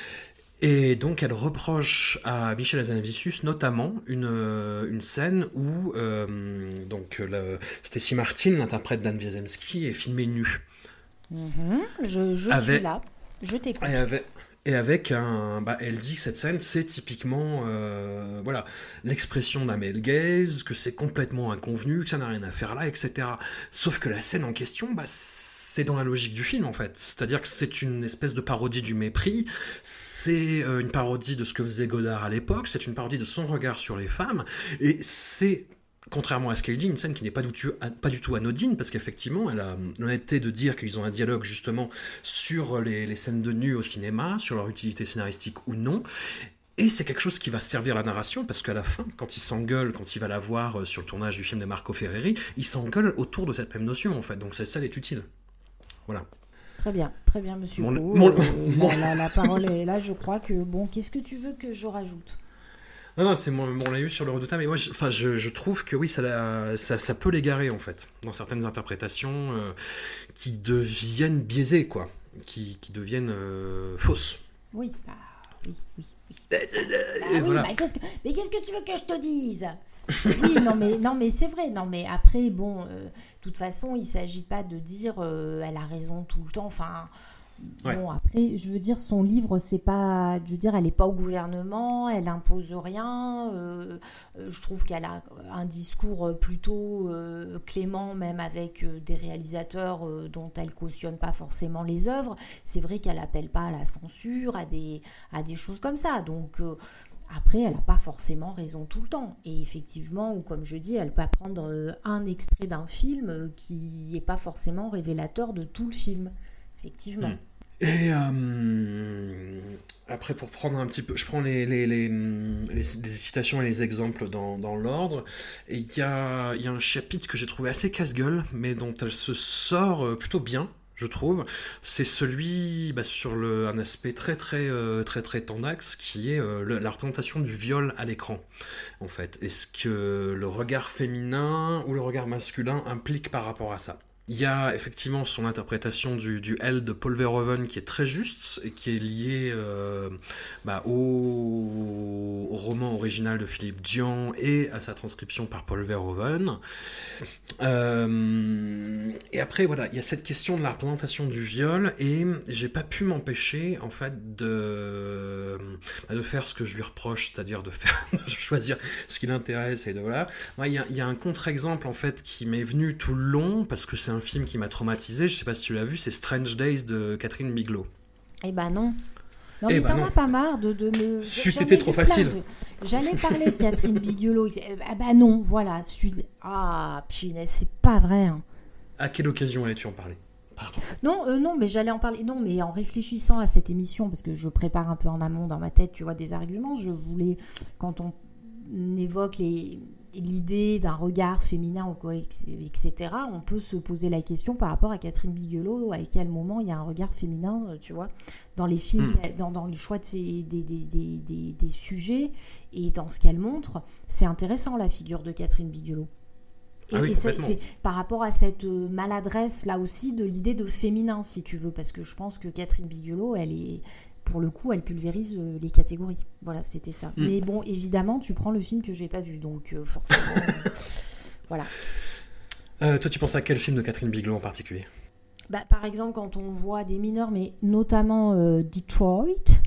Speaker 6: Et donc elle reproche à Michel Hazanavicius notamment une, une scène où euh, donc le, Stacy Martin, l'interprète d'Anne Wiazemski, est filmée nue.
Speaker 7: Mmh, je je avec, suis là, je t'écoute.
Speaker 6: Et avec, Et avec un... Bah, elle dit que cette scène, c'est typiquement euh, voilà, l'expression d'un male gaze, que c'est complètement inconvenu, que ça n'a rien à faire là, et cetera. Sauf que la scène en question, bah, c'est dans la logique du film, en fait. C'est-à-dire que c'est une espèce de parodie du mépris, c'est euh, une parodie de ce que faisait Godard à l'époque, c'est une parodie de son regard sur les femmes, et c'est... Contrairement à ce qu'elle dit, une scène qui n'est pas du tout, pas du tout anodine, parce qu'effectivement, elle a l'honnêteté de dire qu'ils ont un dialogue justement sur les, les scènes de nu au cinéma, sur leur utilité scénaristique ou non, et c'est quelque chose qui va servir la narration, parce qu'à la fin, quand il s'engueule, quand il va la voir sur le tournage du film de Marco Ferreri, il s'engueule autour de cette même notion, en fait, donc cette scène est utile. Voilà.
Speaker 7: Très bien, très bien, monsieur
Speaker 6: mon,
Speaker 7: Beau.
Speaker 6: Mon,
Speaker 7: euh,
Speaker 6: mon...
Speaker 7: La, la, la parole est là, je crois que, bon, qu'est-ce que tu veux que je rajoute ?
Speaker 6: Non, non, c'est mon, on l'a eu sur Le Redoutable, mais moi, je, enfin, je, je trouve que oui, ça, ça, ça peut l'égarer, en fait, dans certaines interprétations euh, qui deviennent biaisées, quoi, qui, qui deviennent euh, fausses.
Speaker 7: Oui, bah, oui, oui, oui.
Speaker 6: Et,
Speaker 7: ah, oui
Speaker 6: voilà.
Speaker 7: bah, qu'est-ce que, mais qu'est-ce que tu veux que je te dise ? Oui, non mais, non, mais c'est vrai, non, mais après, bon, euh, de toute façon, il ne s'agit pas de dire euh, elle a raison tout le temps, enfin...
Speaker 6: Ouais.
Speaker 7: Bon, après, je veux dire, son livre, c'est pas... Je veux dire, elle n'est pas au gouvernement, elle impose rien. Euh, je trouve qu'elle a un discours plutôt euh, clément, même avec euh, des réalisateurs euh, dont elle cautionne pas forcément les œuvres. C'est vrai qu'elle appelle pas à la censure, à des, à des choses comme ça. Donc... Euh, Après, elle n'a pas forcément raison tout le temps. Et effectivement, ou comme je dis, elle peut prendre un extrait d'un film qui n'est pas forcément révélateur de tout le film. Effectivement.
Speaker 6: Et euh, après, pour prendre un petit peu... Je prends les, les, les, les, les citations et les exemples dans, dans l'ordre. Et il y a, y a un chapitre que j'ai trouvé assez casse-gueule, mais dont elle se sort plutôt bien, je trouve. C'est celui bah, sur le, un aspect très très euh, très très tendax, qui est euh, le, la représentation du viol à l'écran, en fait. Est-ce que le regard féminin ou le regard masculin implique par rapport à ça ? Il y a effectivement son interprétation du, du L de Paul Verhoeven qui est très juste et qui est lié euh, bah, au, au roman original de Philippe Dian et à sa transcription par Paul Verhoeven. Euh, et après, voilà, il y a cette question de la représentation du viol, et j'ai pas pu m'empêcher, en fait, de... de faire ce que je lui reproche, c'est-à-dire de faire, de choisir ce qui l'intéresse et de voilà. Moi, il y a, y a un contre-exemple en fait qui m'est venu tout le long parce que c'est un film qui m'a traumatisé. Je sais pas si tu l'as vu, c'est Strange Days de Catherine Bigelow.
Speaker 7: Eh ben non. Non,
Speaker 6: Eh
Speaker 7: mais
Speaker 6: ben
Speaker 7: t'en
Speaker 6: non.
Speaker 7: as pas marre de, de me...
Speaker 6: C'eût
Speaker 7: J'en ai
Speaker 6: été
Speaker 7: vu
Speaker 6: trop
Speaker 7: plein
Speaker 6: facile.
Speaker 7: de- J'allais parler de Catherine Bigelow. Ah bah non, voilà. Celui... Ah, punaise, c'est pas vrai. Hein.
Speaker 6: À quelle occasion allais-tu en parler? Pardon.
Speaker 7: Non, euh, non, mais j'allais en parler. Non, mais en réfléchissant à cette émission, parce que je prépare un peu en amont dans ma tête, tu vois, des arguments, je voulais, quand on évoque les, l'idée d'un regard féminin, ou quoi, et cetera, on peut se poser la question par rapport à Catherine Bigelow, à quel moment il y a un regard féminin, euh, tu vois, dans les films,
Speaker 6: Hmm.
Speaker 7: dans, dans le choix de ces, des, des, des, des, des sujets, et dans ce qu'elle montre. C'est intéressant, la figure de Catherine Bigelow. Et,
Speaker 6: Ah oui,
Speaker 7: et c'est,
Speaker 6: complètement.
Speaker 7: c'est par rapport à cette euh, maladresse là aussi de l'idée de féminin, si tu veux, parce que je pense que Catherine Bigelow, elle est, pour le coup, elle pulvérise euh, les catégories. Voilà, c'était ça.
Speaker 6: Mm.
Speaker 7: Mais bon, évidemment, tu prends le film que j'ai pas vu, donc euh, forcément, euh, voilà.
Speaker 6: Euh, toi, tu penses à quel film de Catherine Bigelow en particulier?
Speaker 7: Bah, par exemple, quand on voit des mineurs, mais notamment euh, Detroit,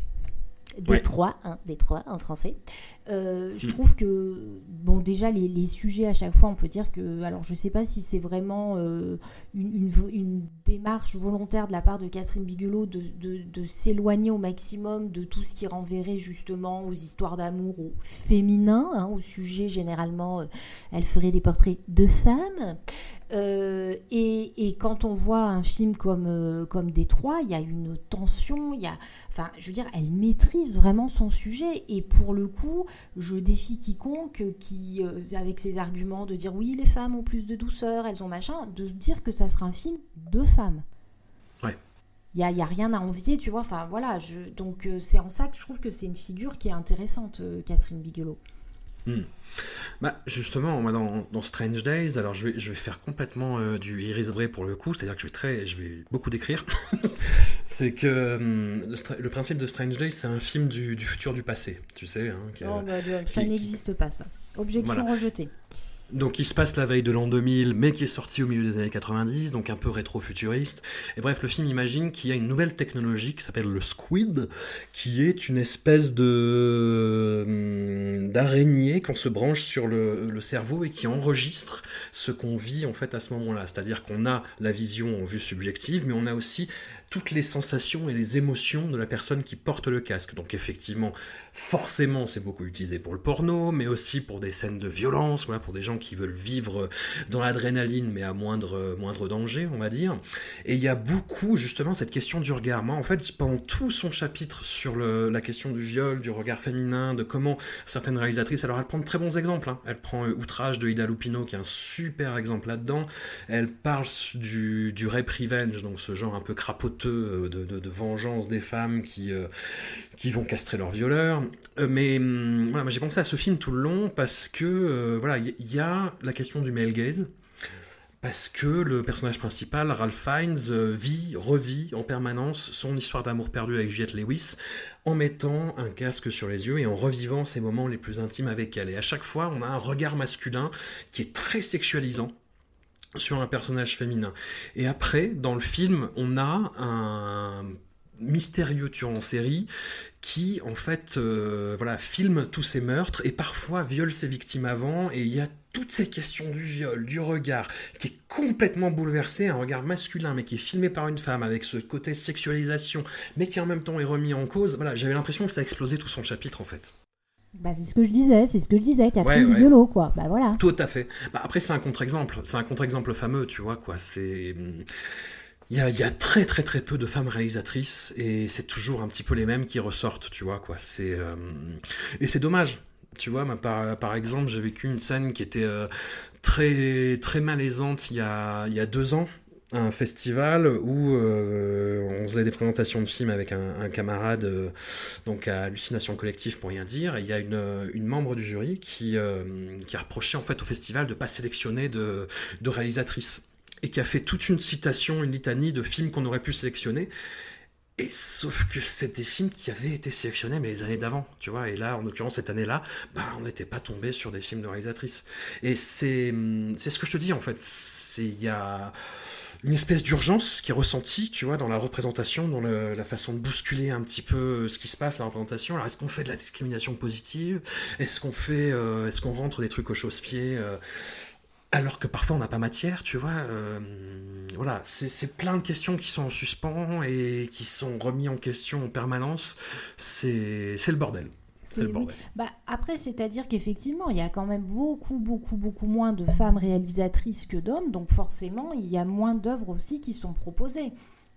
Speaker 7: Détroit, hein, Détroit en français. Euh, je
Speaker 6: Mm.
Speaker 7: trouve que, bon, déjà, les, les sujets, à chaque fois, on peut dire que, alors, je sais pas si c'est vraiment euh, une, une, vo- une démarche volontaire de la part de Catherine Bigelow de, de, de s'éloigner au maximum de tout ce qui renverrait justement aux histoires d'amour au féminin, hein, au sujet, généralement, euh, elle ferait des portraits de femmes. Euh, et, et quand on voit un film comme, euh, comme Détroit, il y a une tension, il y a, enfin, je veux dire, elle maîtrise vraiment son sujet. Et pour le coup, je défie quiconque qui, euh, avec ses arguments de dire oui, les femmes ont plus de douceur, elles ont machin, de dire que ça sera un film de femmes.
Speaker 6: Ouais.
Speaker 7: Il n'y a, y a rien à envier, tu vois. Enfin, voilà. Je, donc, euh, c'est en ça que je trouve que c'est une figure qui est intéressante, euh, Catherine Bigelow.
Speaker 6: Hmm. Bah, justement, moi, dans, dans Strange Days, alors je vais, je vais faire complètement euh, du Iris Bray pour le coup, c'est-à-dire que je vais, très, je vais beaucoup décrire. C'est que hum, le, stra- le principe de Strange Days, c'est un film du, du futur du passé, tu sais. Hein, qui,
Speaker 7: Oh,
Speaker 6: euh,
Speaker 7: bah, de-
Speaker 6: qui-
Speaker 7: ça
Speaker 6: qui-
Speaker 7: n'existe pas, ça. Objection
Speaker 6: Voilà.
Speaker 7: rejetée.
Speaker 6: Donc il se passe la veille de l'an deux mille, mais qui est sorti au milieu des années quatre-vingt-dix, donc un peu rétro-futuriste. Et bref, le film imagine qu'il y a une nouvelle technologie qui s'appelle le squid, qui est une espèce de hum, d'araignée qu'on se branche sur le, le cerveau et qui enregistre ce qu'on vit en fait à ce moment-là. C'est-à-dire qu'on a la vision en vue subjective, mais on a aussi toutes les sensations et les émotions de la personne qui porte le casque. Donc effectivement, forcément, c'est beaucoup utilisé pour le porno, mais aussi pour des scènes de violence, voilà, pour des gens qui veulent vivre dans l'adrénaline, mais à moindre, moindre danger, on va dire. Et il y a beaucoup, justement, cette question du regard. Moi, en fait, pendant tout son chapitre sur le, la question du viol, du regard féminin, de comment certaines réalisatrices, alors elle prend de très bons exemples, hein. Elle prend euh, Outrage de Ida Lupino, qui est un super exemple là-dedans. Elle parle du, du rape revenge, donc ce genre un peu crapoteux de, de, de vengeance des femmes qui, euh, qui vont castrer leurs violeurs. Euh, mais hum, voilà, moi, j'ai pensé à ce film tout le long parce que euh, voilà, il y, y a la question du male gaze. Parce que le personnage principal, Ralph Fiennes, euh, vit, revit en permanence son histoire d'amour perdu avec Juliette Lewis en mettant un casque sur les yeux et en revivant ses moments les plus intimes avec elle. Et à chaque fois, on a un regard masculin qui est très sexualisant sur un personnage féminin. Et après, dans le film, on a un mystérieux tueur en série qui, en fait, euh, voilà, filme tous ces meurtres et parfois viole ses victimes avant. Et il y a toutes ces questions du viol, du regard, qui est complètement bouleversé, un regard masculin, mais qui est filmé par une femme, avec ce côté sexualisation, mais qui en même temps est remis en cause. Voilà, j'avais l'impression que ça a explosé tout son chapitre, en fait.
Speaker 7: Bah, c'est ce que je disais, c'est ce que je disais, Catherine
Speaker 6: Ouais, ouais.
Speaker 7: Bigelow, quoi. Bah voilà.
Speaker 6: Tout à fait. Bah, après, c'est un contre-exemple. C'est un contre-exemple fameux, tu vois, quoi. C'est... Il y a, il y a très très très peu de femmes réalisatrices et c'est toujours un petit peu les mêmes qui ressortent, tu vois, quoi. C'est, euh... Et c'est dommage. Tu vois, par, par exemple, j'ai vécu une scène qui était euh, très, très malaisante il y a, il y a deux ans, à un festival où euh, on faisait des présentations de films avec un, un camarade, euh, donc à Hallucination Collective pour rien dire, et il y a une, une membre du jury qui, euh, qui a reproché en fait au festival de ne pas sélectionner de, de réalisatrices, et qui a fait toute une citation, une litanie de films qu'on aurait pu sélectionner. Et sauf que c'est des films qui avaient été sélectionnés mais les années d'avant, tu vois. Et là, en l'occurrence, cette année-là, bah, on n'était pas tombé sur des films de réalisatrices. Et c'est, c'est ce que je te dis, en fait. C'est, il y a, une espèce d'urgence qui est ressentie, tu vois, dans la représentation, dans le, la façon de bousculer un petit peu ce qui se passe, la représentation. Alors, est-ce qu'on fait de la discrimination positive ? Est-ce qu'on fait, euh, est-ce qu'on rentre des trucs au chausse-pied euh, alors que parfois on n'a pas matière, tu vois euh, Voilà, c'est, c'est plein de questions qui sont en suspens et qui sont remis en question en permanence. C'est, c'est le bordel. C'est le bordel.
Speaker 7: Bah, après, c'est-à-dire qu'effectivement, il y a quand même beaucoup, beaucoup, beaucoup moins de femmes réalisatrices que d'hommes, donc forcément, il y a moins d'œuvres aussi qui sont proposées.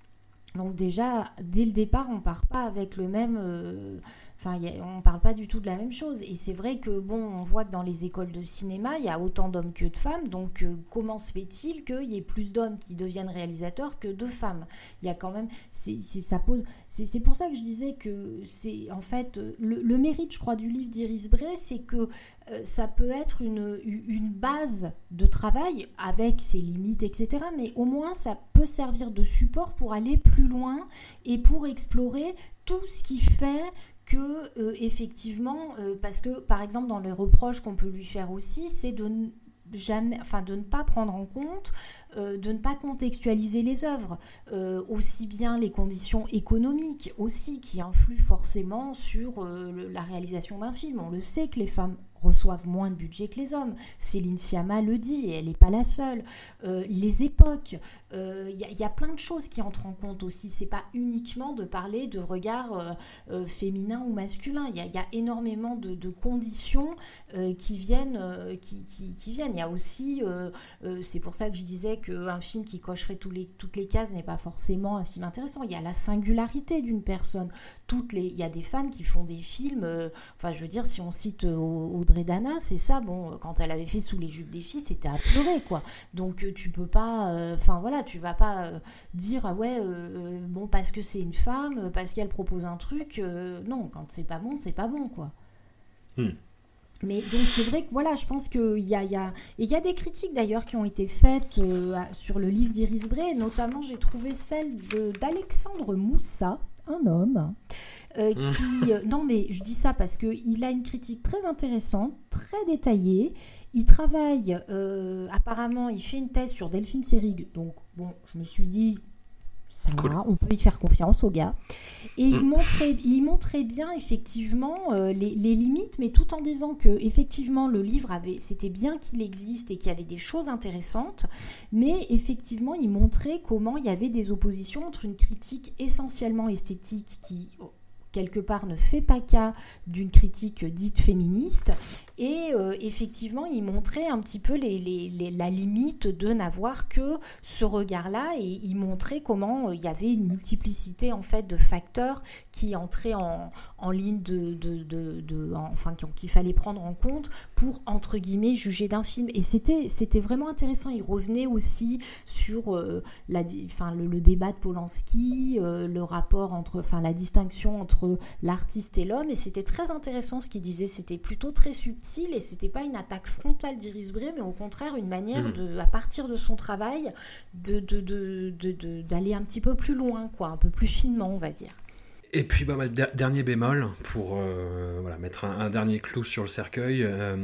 Speaker 7: Donc déjà, dès le départ, on part pas avec le même... Euh... Enfin, y a, on ne parle pas du tout de la même chose. Et c'est vrai que, bon, on voit que dans les écoles de cinéma, il y a autant d'hommes que de femmes. Donc, euh, comment se fait-il qu'il y ait plus d'hommes qui deviennent réalisateurs que de femmes ? Il y a quand même... C'est, c'est, ça pose, c'est, c'est pour ça que je disais que c'est, en fait, le, le mérite, je crois, du livre d'Iris Bray, c'est que euh, ça peut être une, une base de travail avec ses limites, et cetera. Mais au moins, ça peut servir de support pour aller plus loin et pour explorer tout ce qui fait... que euh, effectivement, euh, parce que par exemple dans les reproches qu'on peut lui faire aussi, c'est de ne jamais, enfin de ne pas prendre en compte, euh, de ne pas contextualiser les œuvres, euh, aussi bien les conditions économiques aussi qui influent forcément sur euh, le, la réalisation d'un film. On le sait que les femmes reçoivent moins de budget que les hommes. Céline Sciamma le dit, et elle n'est pas la seule. Euh, les époques, il euh, y, y a plein de choses qui entrent en compte aussi. C'est pas uniquement de parler de regard euh, euh, féminin ou masculin. Il y, y a énormément de, de conditions euh, qui viennent. Euh, qui, qui, qui viennent. Il y a aussi, euh, euh, c'est pour ça que je disais qu'un film qui cocherait tous les, toutes les cases n'est pas forcément un film intéressant. Il y a la singularité d'une personne. Toutes les, il y a des femmes qui font des films. Euh, enfin, je veux dire, si on cite euh, Audrey Dana, c'est ça. Bon, quand elle avait fait Sous les jupes des filles, c'était à pleurer, quoi. Donc, tu peux pas. Enfin, euh, voilà. Tu vas pas euh, dire ah ouais euh, bon parce que c'est une femme, parce qu'elle propose un truc, euh, non, quand c'est pas bon, c'est pas bon, quoi.
Speaker 6: Hmm.
Speaker 7: Mais donc c'est vrai que voilà, je pense qu'il y a, y a, et il y a des critiques d'ailleurs qui ont été faites euh, sur le livre d'Iris Bray, notamment j'ai trouvé celle de, d'Alexandre Moussa, un homme, euh, mmh. qui... Euh, non mais je dis ça parce qu'il a une critique très intéressante, très détaillée. Il travaille, euh, apparemment, il fait une thèse sur Delphine Seyrig, donc bon, je me suis dit, ça cool. va, on peut y faire confiance au gars. Et mmh. il, montrait, il montrait bien, effectivement, euh, les, les limites, mais tout en disant que, effectivement, le livre, avait, c'était bien qu'il existe et qu'il y avait des choses intéressantes, mais effectivement, il montrait comment il y avait des oppositions entre une critique essentiellement esthétique qui... quelque part ne fait pas cas d'une critique dite féministe et euh, effectivement il montrait un petit peu les, les, les, la limite de n'avoir que ce regard-là et il montrait comment euh, il y avait une multiplicité en fait de facteurs qui entraient en, en ligne de, de, de, de en, enfin qu'il fallait prendre en compte pour entre guillemets juger d'un film et c'était, c'était vraiment intéressant. Il revenait aussi sur euh, la, enfin, le, le débat de Polanski, euh, le rapport entre, enfin la distinction entre l'artiste et l'homme et c'était très intéressant ce qu'il disait, c'était plutôt très subtil et c'était pas une attaque frontale d'Iris Bray mais au contraire une manière mmh. de, à partir de son travail de, de, de, de, de, d'aller un petit peu plus loin quoi, un peu plus finement on va dire.
Speaker 6: Et puis bah, der- dernier bémol pour euh, voilà, mettre un, un dernier clou sur le cercueil. Euh,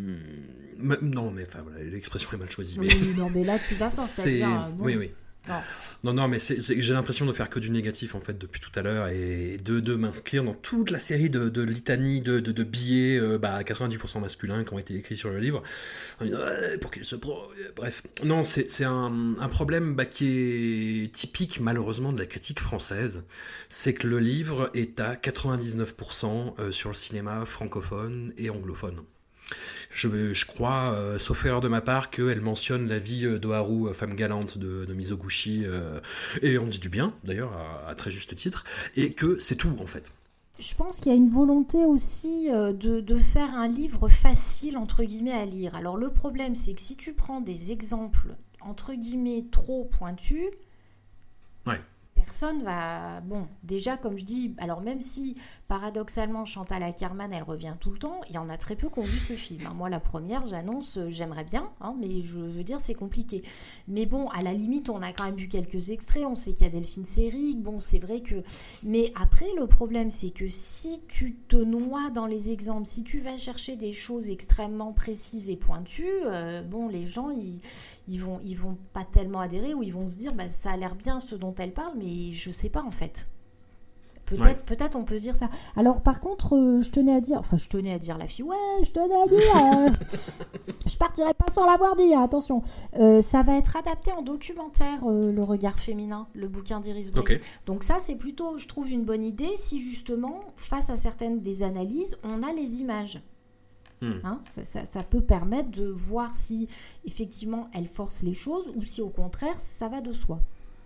Speaker 6: m- non mais enfin voilà, l'expression est mal choisie.
Speaker 7: Oui,
Speaker 6: mais...
Speaker 7: non mais là tu vas fort,
Speaker 6: c'est...
Speaker 7: c'est-à-dire, bon.
Speaker 6: Oui oui. Non. non, non, mais c'est, c'est, j'ai l'impression de faire que du négatif en fait depuis tout à l'heure et de, de m'inscrire dans toute la série de, de litanies de, de, de billets euh, bah, quatre-vingt-dix pour cent masculins qui ont été écrits sur le livre. Pour qu'il se pro... Bref, non, c'est, c'est un, un problème bah, qui est typique malheureusement de la critique française. C'est que le livre est à quatre-vingt-dix-neuf pour cent sur le cinéma francophone et anglophone. Je, je crois, euh, sauf erreur de ma part, qu'elle mentionne la vie d'Oharu, femme galante de, de Mizoguchi, euh, et on dit du bien, d'ailleurs, à, à très juste titre, et que c'est tout, en fait.
Speaker 7: Je pense qu'il y a une volonté aussi euh, de, de faire un livre facile, entre guillemets, à lire. Alors, le problème, c'est que si tu prends des exemples, entre guillemets, trop pointus...
Speaker 6: Ouais.
Speaker 7: Personne va... Bon, déjà, comme je dis, alors même si paradoxalement, Chantal Akerman, elle revient tout le temps. Il y en a très peu qui ont vu ces films. Moi, la première, j'annonce, j'aimerais bien, hein, mais je veux dire, c'est compliqué. Mais bon, à la limite, on a quand même vu quelques extraits. On sait qu'il y a Delphine Seyrig. Bon, c'est vrai que... Mais après, le problème, c'est que si tu te noies dans les exemples, si tu vas chercher des choses extrêmement précises et pointues, euh, bon, les gens, ils, ils, vont, ils vont pas tellement adhérer ou ils vont se dire, bah, ça a l'air bien ce dont elle parle, mais je sais pas, en fait. Peut-être, ouais. peut-être on peut se dire ça. Alors par contre, euh, je tenais à dire, enfin je tenais à dire la fille, ouais, je tenais à dire, euh, je partirai pas sans l'avoir dit, hein, attention. Euh, ça va être adapté en documentaire, euh, Le regard féminin, le bouquin d'Iris Bray. Okay. Donc ça, c'est plutôt, je trouve, une bonne idée si justement, face à certaines des analyses, on a les images. Hmm. Hein, ça, ça, ça peut permettre de voir si effectivement elle force les choses ou si au contraire ça va de soi.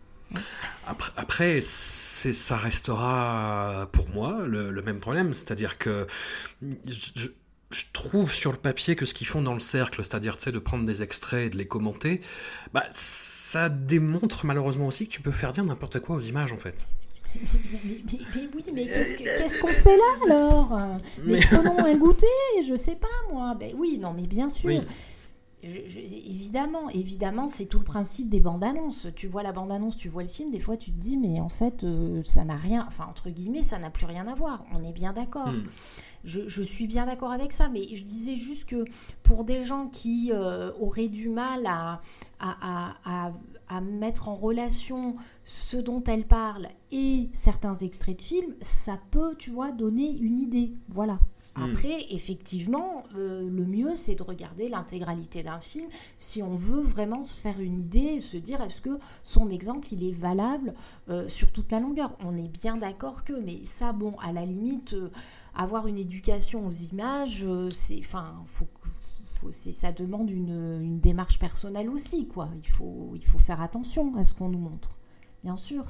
Speaker 6: Après, après c'est, ça restera pour moi le, le même problème, c'est-à-dire que je, je trouve sur le papier que ce qu'ils font dans le cercle, c'est-à-dire tu sais, de prendre des extraits et de les commenter, bah, ça démontre malheureusement aussi que tu peux faire dire n'importe quoi aux images en fait.
Speaker 7: Mais, mais, mais, mais oui, mais qu'est-ce, que, qu'est-ce qu'on fait là alors ? Mais, mais prenons un goûter, je sais pas moi. Ben oui, non mais bien sûr. Oui. Je, je, évidemment, évidemment, c'est tout le principe des bandes annonces. Tu vois la bande annonce, tu vois le film, des fois tu te dis mais en fait euh, ça n'a rien, enfin entre guillemets ça n'a plus rien à voir. On est bien d'accord. Mm. Je, je suis bien d'accord avec ça, mais je disais juste que pour des gens qui euh, auraient du mal à, à, à, à, à mettre en relation ce dont elle parle et certains extraits de films, ça peut, tu vois, donner une idée. Voilà. Après, mmh. effectivement, euh, le mieux, c'est de regarder l'intégralité d'un film si on veut vraiment se faire une idée et se dire est-ce que son exemple, il est valable euh, sur toute la longueur. On est bien d'accord que, mais ça, bon, à la limite, euh, avoir une éducation aux images, euh, c'est, enfin, faut, faut, c'est, ça demande une, une démarche personnelle aussi, quoi. Il faut, il faut faire attention à ce qu'on nous montre, bien sûr.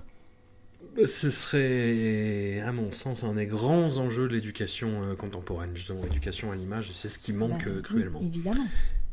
Speaker 6: Ce serait, à mon sens, un des grands enjeux de l'éducation euh, contemporaine, justement, l'éducation à l'image, et c'est ce qui manque bah, euh, cruellement.
Speaker 7: Oui, évidemment.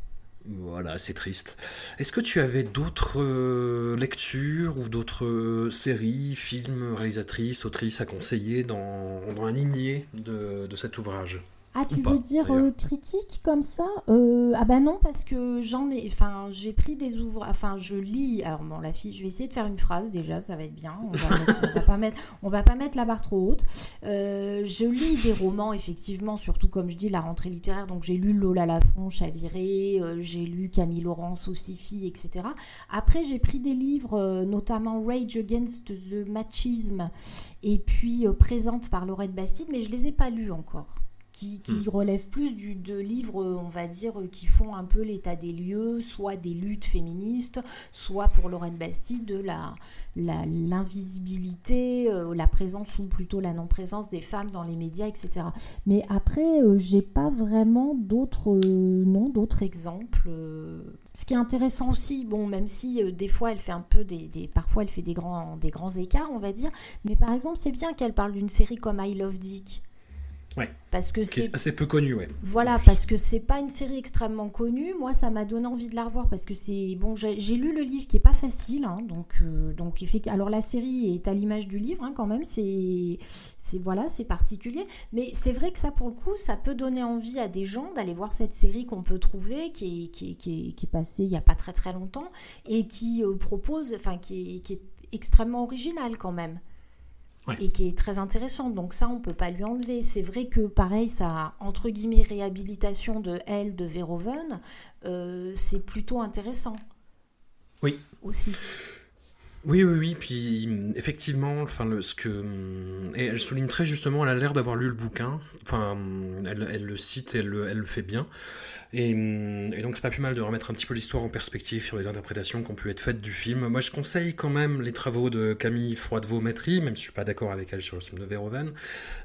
Speaker 6: Voilà, c'est triste. Est-ce que tu avais d'autres euh, lectures ou d'autres euh, séries, films, réalisatrices, autrices à conseiller dans, dans la lignée de, de cet ouvrage ?
Speaker 7: Ah, tu veux dire euh, critique comme ça euh, Ah bah non, parce que j'en ai... Enfin, j'ai pris des ouvrages... Enfin, je lis... Alors bon, la fille, je vais essayer de faire une phrase déjà, ça va être bien. On va, mettre, on va, pas, mettre, on va pas mettre la barre trop haute. Euh, je lis des romans, effectivement, surtout comme je dis, la rentrée littéraire. Donc j'ai lu Lola Lafont, Chaviré, euh, j'ai lu Camille Laurence, Osifi, et cetera. Après, j'ai pris des livres, euh, notamment Rage Against the Machism, et puis euh, Présente par Lorraine Bastide, mais je les ai pas lus encore. Qui, qui mmh. relèvent plus du, de livres, on va dire, qui font un peu l'état des lieux, soit des luttes féministes, soit pour Lorraine Bastide, de la, la, l'invisibilité, euh, la présence ou plutôt la non-présence des femmes dans les médias, et cetera. Mais après, euh, j'ai pas vraiment d'autres, euh, non, d'autres exemples. Euh. Ce qui est intéressant aussi, bon, même si euh, des fois elle fait un peu des, des, parfois elle fait des grands, des grands écarts, on va dire, mais par exemple, c'est bien qu'elle parle d'une série comme I Love Dick.
Speaker 6: Ouais.
Speaker 7: Parce que
Speaker 6: c'est assez peu connu, ouais.
Speaker 7: Voilà, parce que c'est pas une série extrêmement connue. Moi, ça m'a donné envie de la revoir parce que c'est bon. J'ai, j'ai lu le livre qui est pas facile, hein, donc euh, donc alors la série est à l'image du livre, hein, quand même. C'est c'est voilà, c'est particulier. Mais c'est vrai que ça, pour le coup, ça peut donner envie à des gens d'aller voir cette série qu'on peut trouver, qui est qui est, qui est, qui est passée il y a pas très très longtemps et qui euh, propose, enfin qui est qui est extrêmement originale quand même. Ouais. Et qui est très intéressante, donc ça on peut pas lui enlever. C'est vrai que pareil, ça entre guillemets réhabilitation de elle de Verhoeven, euh, c'est plutôt intéressant.
Speaker 6: Oui.
Speaker 7: Aussi.
Speaker 6: Oui, oui, oui. Puis effectivement, enfin, le, ce que et elle souligne très justement, elle a l'air d'avoir lu le bouquin. Enfin, elle, elle le cite, et elle, elle le fait bien. Et, et donc c'est pas plus mal de remettre un petit peu l'histoire en perspective sur les interprétations qui ont pu être faites du film. Moi, je conseille quand même les travaux de Camille Froidevaux-Métry, même si je suis pas d'accord avec elle sur le film de Verhoeven.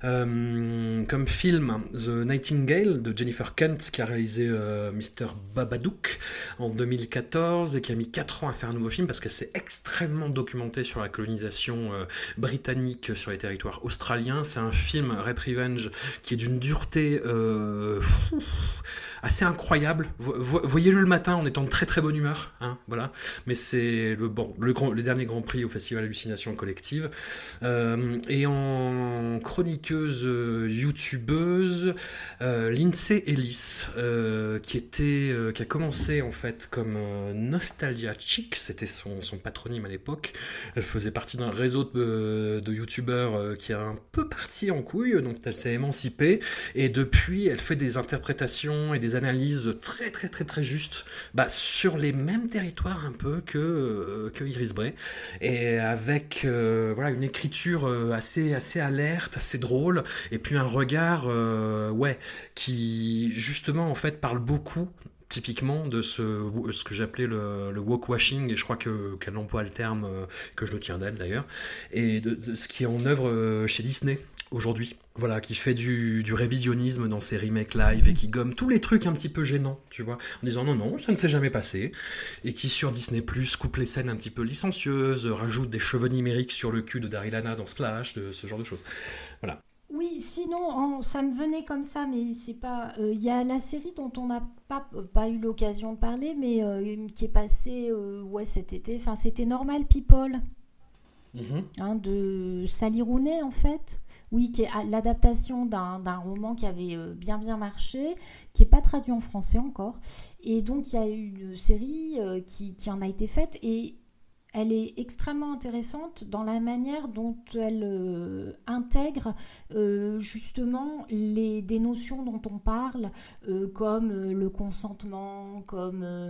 Speaker 6: Euh, comme film, The Nightingale de Jennifer Kent, qui a réalisé euh, mister Babadook en deux mille quatorze et qui a mis quatre ans à faire un nouveau film parce que c'est extrêmement vraiment documenté sur la colonisation euh, britannique sur les territoires australiens. C'est un film, Rape Revenge, qui est d'une dureté euh, assez incroyable. Vo- voyez-le le matin en étant de très très bonne humeur, hein, voilà. Mais c'est le, bon, le, grand, le dernier Grand Prix au Festival Hallucination Collective. Euh, et en chroniqueuse euh, youtubeuse, euh, Lindsay Ellis, euh, qui, était, euh, qui a commencé en fait comme euh, Nostalgia Chick, c'était son, son patronyme à l'époque. Elle faisait partie d'un réseau de, de youtubeurs euh, qui a un peu parti en couille, donc elle s'est émancipée. Et depuis, elle fait des interprétations et des analyses très très très très justes bah, sur les mêmes territoires un peu que, euh, que Iris Bray, et avec euh, voilà, une écriture euh, assez, assez alerte, assez drôle, et puis un regard euh, ouais, qui justement en fait parle beaucoup typiquement de ce, ce que j'appelais le, le woke-washing, et je crois que, qu'elle emploie le terme, euh, que je le tiens d'elle d'ailleurs, et de, de ce qui est en œuvre euh, chez Disney aujourd'hui. Voilà, qui fait du, du révisionnisme dans ses remakes live et qui gomme tous les trucs un petit peu gênants, tu vois, en disant non, non, ça ne s'est jamais passé, et qui sur Disney plus, coupe les scènes un petit peu licencieuses, rajoute des cheveux numériques sur le cul de Daryl Hannah dans Splash, de ce genre de choses. Voilà.
Speaker 7: Oui, sinon, en, ça me venait comme ça, mais c'est pas... Il euh, y a la série dont on n'a pas, pas eu l'occasion de parler, mais euh, qui est passée euh, ouais, cet été, enfin, c'était Normal People, mm-hmm. hein, de Sally Rooney, en fait. Oui, qui est l'adaptation d'un, d'un roman qui avait bien bien marché, qui n'est pas traduit en français encore. Et donc, il y a eu une série euh, qui, qui en a été faite, et elle est extrêmement intéressante dans la manière dont elle euh, intègre euh, justement les, des notions dont on parle, euh, comme euh, le consentement, comme... Euh,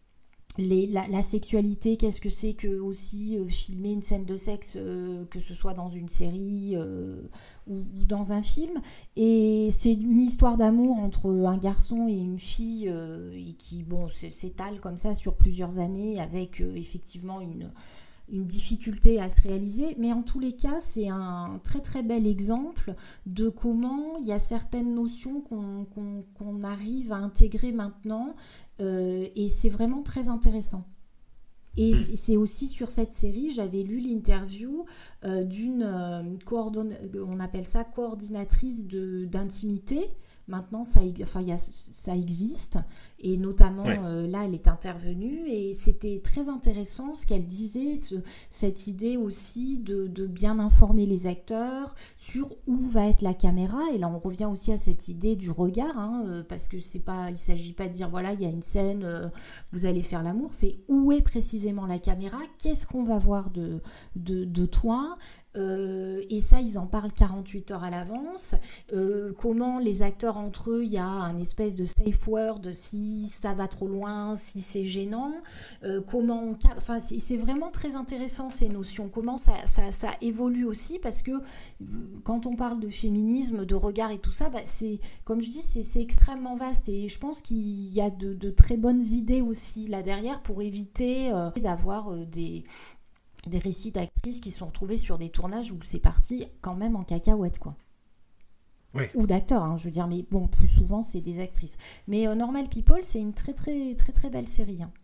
Speaker 7: Les, la, la sexualité, qu'est-ce que c'est que aussi euh, filmer une scène de sexe, euh, que ce soit dans une série euh, ou, ou dans un film. Et c'est une histoire d'amour entre un garçon et une fille euh, et qui bon, s'étale comme ça sur plusieurs années avec euh, effectivement une, une difficulté à se réaliser. Mais en tous les cas, c'est un très très bel exemple de comment il y a certaines notions qu'on, qu'on, qu'on arrive à intégrer maintenant. Euh, et c'est vraiment très intéressant. Et c'est aussi sur cette série, j'avais lu l'interview euh, d'une euh, coordonne- on appelle ça coordinatrice de, d'intimité. Maintenant, ça, enfin, y a, ça existe, et notamment ouais. euh, là, elle est intervenue, et c'était très intéressant ce qu'elle disait, ce, cette idée aussi de, de bien informer les acteurs sur où va être la caméra. Et là, on revient aussi à cette idée du regard, hein, euh, parce que c'est pas, il ne s'agit pas de dire voilà, il y a une scène, euh, vous allez faire l'amour. C'est où est précisément la caméra, qu'est-ce qu'on va voir de, de, de toi. Euh, et ça, ils en parlent quarante-huit heures à l'avance. Euh, comment les acteurs entre eux, il y a un espèce de safe word si ça va trop loin, si c'est gênant. Euh, comment on cadre. Enfin, c'est, c'est vraiment très intéressant ces notions. Comment ça, ça, ça évolue aussi, parce que quand on parle de féminisme, de regard et tout ça, bah, c'est, comme je dis, c'est, c'est extrêmement vaste. Et je pense qu'il y a de, de très bonnes idées aussi là derrière pour éviter euh, d'avoir euh, des... des récits d'actrices qui sont retrouvés sur des tournages où c'est parti quand même en cacahuète, quoi. Oui. Ou d'acteurs, hein, je veux dire, mais bon, plus souvent c'est des actrices. Mais euh, Normal People, c'est une très très très très belle série, hein.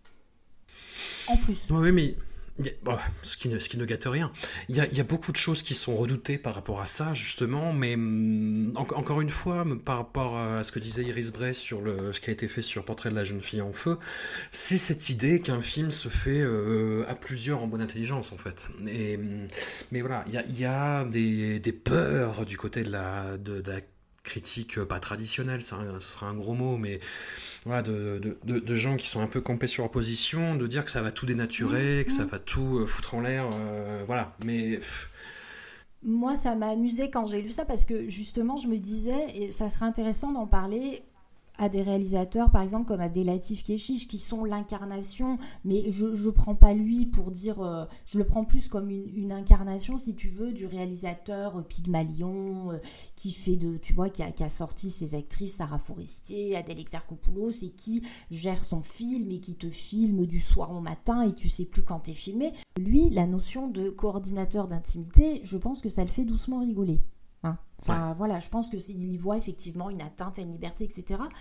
Speaker 7: En plus.
Speaker 6: Oui, mais bon, ce, qui ne, ce qui ne gâte rien. Il y, a, il y a beaucoup de choses qui sont redoutées par rapport à ça, justement, mais en, encore une fois, par rapport à ce que disait Iris Bray sur le, ce qui a été fait sur Portrait de la jeune fille en feu, c'est cette idée qu'un film se fait euh, à plusieurs en bonne intelligence, en fait. Et, mais voilà, il y a, il y a des, des peurs du côté de la, de, de la critique, pas traditionnelle, ça, ce sera un gros mot, mais... Voilà, de, de, de, de gens qui sont un peu campés sur leur position, de dire que ça va tout dénaturer, mmh, que mmh. ça va tout euh, foutre en l'air, euh, voilà, mais...
Speaker 7: Moi, ça m'a amusé quand j'ai lu ça, parce que justement, je me disais, et ça serait intéressant d'en parler à des réalisateurs, par exemple, comme Abdelatif Kechiche, qui sont l'incarnation, mais je ne prends pas lui pour dire... Euh, je le prends plus comme une, une incarnation, si tu veux, du réalisateur euh, Pygmalion, euh, qui fait de... Tu vois, qui a, qui a sorti ses actrices, Sarah Forestier, Adèle Exarchopoulos, et qui gère son film, et qui te filme du soir au matin, et tu sais plus quand t'es filmé. Lui, la notion de coordinateur d'intimité, je pense que ça le fait doucement rigoler. Hein. Enfin, ouais. Voilà, je pense qu'il y voit effectivement une atteinte à une liberté, et cetera.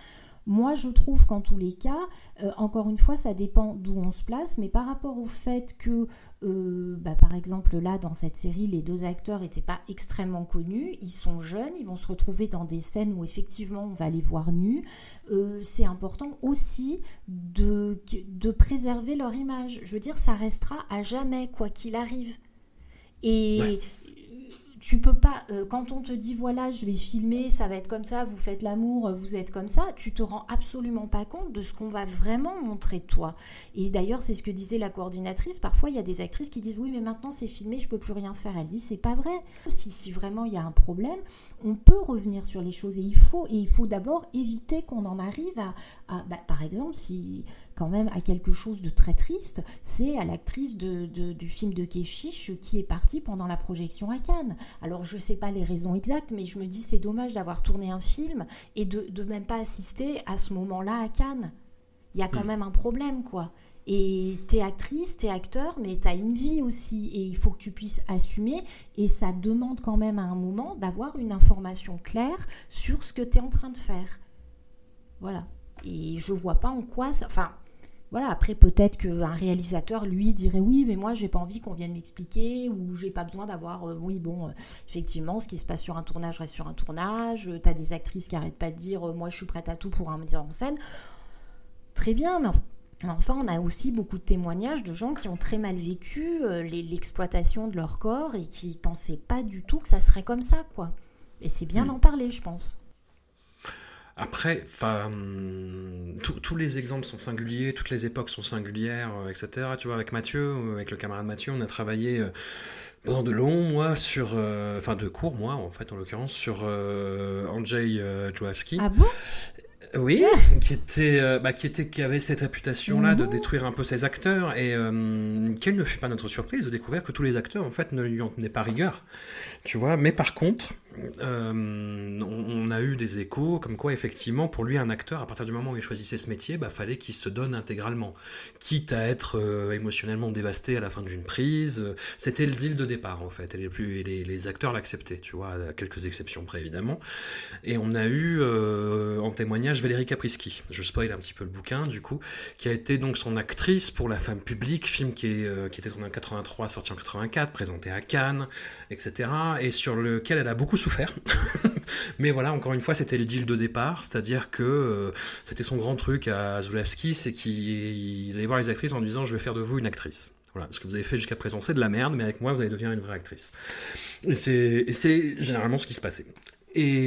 Speaker 7: Moi, je trouve qu'en tous les cas, euh, encore une fois, ça dépend d'où on se place, mais par rapport au fait que, euh, bah, par exemple, là, dans cette série, les deux acteurs n'étaient pas extrêmement connus, ils sont jeunes, ils vont se retrouver dans des scènes où, effectivement, on va les voir nus. Euh, c'est important aussi de, de préserver leur image. Je veux dire, ça restera à jamais, quoi qu'il arrive. Et... Ouais. Tu peux pas, euh, quand on te dit voilà, je vais filmer, ça va être comme ça, vous faites l'amour, vous êtes comme ça, tu te rends absolument pas compte de ce qu'on va vraiment montrer de toi. Et d'ailleurs, c'est ce que disait la coordinatrice. Parfois, il y a des actrices qui disent oui, mais maintenant c'est filmé, je peux plus rien faire. Elle dit c'est pas vrai. Si, si vraiment il y a un problème, on peut revenir sur les choses et il faut, et il faut d'abord éviter qu'on en arrive à, à bah, par exemple, si quand même à quelque chose de très triste, c'est à l'actrice de, de, du film de Keshish qui est partie pendant la projection à Cannes. Alors je ne sais pas les raisons exactes, mais je me dis c'est dommage d'avoir tourné un film et de ne même pas assister à ce moment-là à Cannes. Il y a quand mmh. même un problème, quoi. Et t'es actrice, t'es acteur, mais t'as une vie aussi et il faut que tu puisses assumer et ça demande quand même à un moment d'avoir une information claire sur ce que t'es en train de faire. Voilà. Et je vois pas en quoi ça... Enfin, voilà, après peut-être qu'un réalisateur, lui, dirait oui, mais moi j'ai pas envie qu'on vienne m'expliquer ou j'ai pas besoin d'avoir... Euh, oui, bon, euh, effectivement, ce qui se passe sur un tournage reste sur un tournage. Euh, t'as des actrices qui arrêtent pas de dire euh, moi je suis prête à tout pour un metteur en scène. Très bien, mais... Mais enfin, on a aussi beaucoup de témoignages de gens qui ont très mal vécu euh, les, l'exploitation de leur corps et qui pensaient pas du tout que ça serait comme ça, quoi. Et c'est bien mmh. d'en parler, je pense.
Speaker 6: Après, tous les exemples sont singuliers, toutes les époques sont singulières, euh, et cetera. Tu vois, avec Mathieu, euh, avec le camarade Mathieu, on a travaillé euh, pendant de longs mois sur, euh, enfin de courts mois en fait, en l'occurrence, sur euh, Andrzej euh, Joawski.
Speaker 7: Ah bon ?
Speaker 6: Oui, qui était, euh, bah, qui était, qui avait cette réputation-là mmh. de détruire un peu ses acteurs et euh, quelle ne fut pas notre surprise de découvrir que tous les acteurs en fait ne lui en tenaient pas rigueur, tu vois. Mais par contre, euh, on, on a eu des échos comme quoi effectivement pour lui un acteur à partir du moment où il choisissait ce métier, bah fallait qu'il se donne intégralement, quitte à être euh, émotionnellement dévasté à la fin d'une prise. C'était le deal de départ en fait. Et les plus, les, les acteurs l'acceptaient, tu vois, à quelques exceptions près évidemment. Et on a eu euh, en témoignage Valérie Caprisky, je spoil un petit peu le bouquin du coup, qui a été donc son actrice pour La Femme publique, film qui, est, euh, qui était tourné en quatre-vingt-trois, sorti en quatre-vingt-quatre, présenté à Cannes, et cetera, et sur lequel elle a beaucoup souffert. Mais voilà, encore une fois, c'était le deal de départ, c'est-à-dire que euh, c'était son grand truc à Zulawski, c'est qu'il allait voir les actrices en disant « je vais faire de vous une actrice ». Voilà, ce que vous avez fait jusqu'à présent, c'est de la merde, mais avec moi, vous allez devenir une vraie actrice. Et c'est, et c'est généralement ce qui se passait. Et,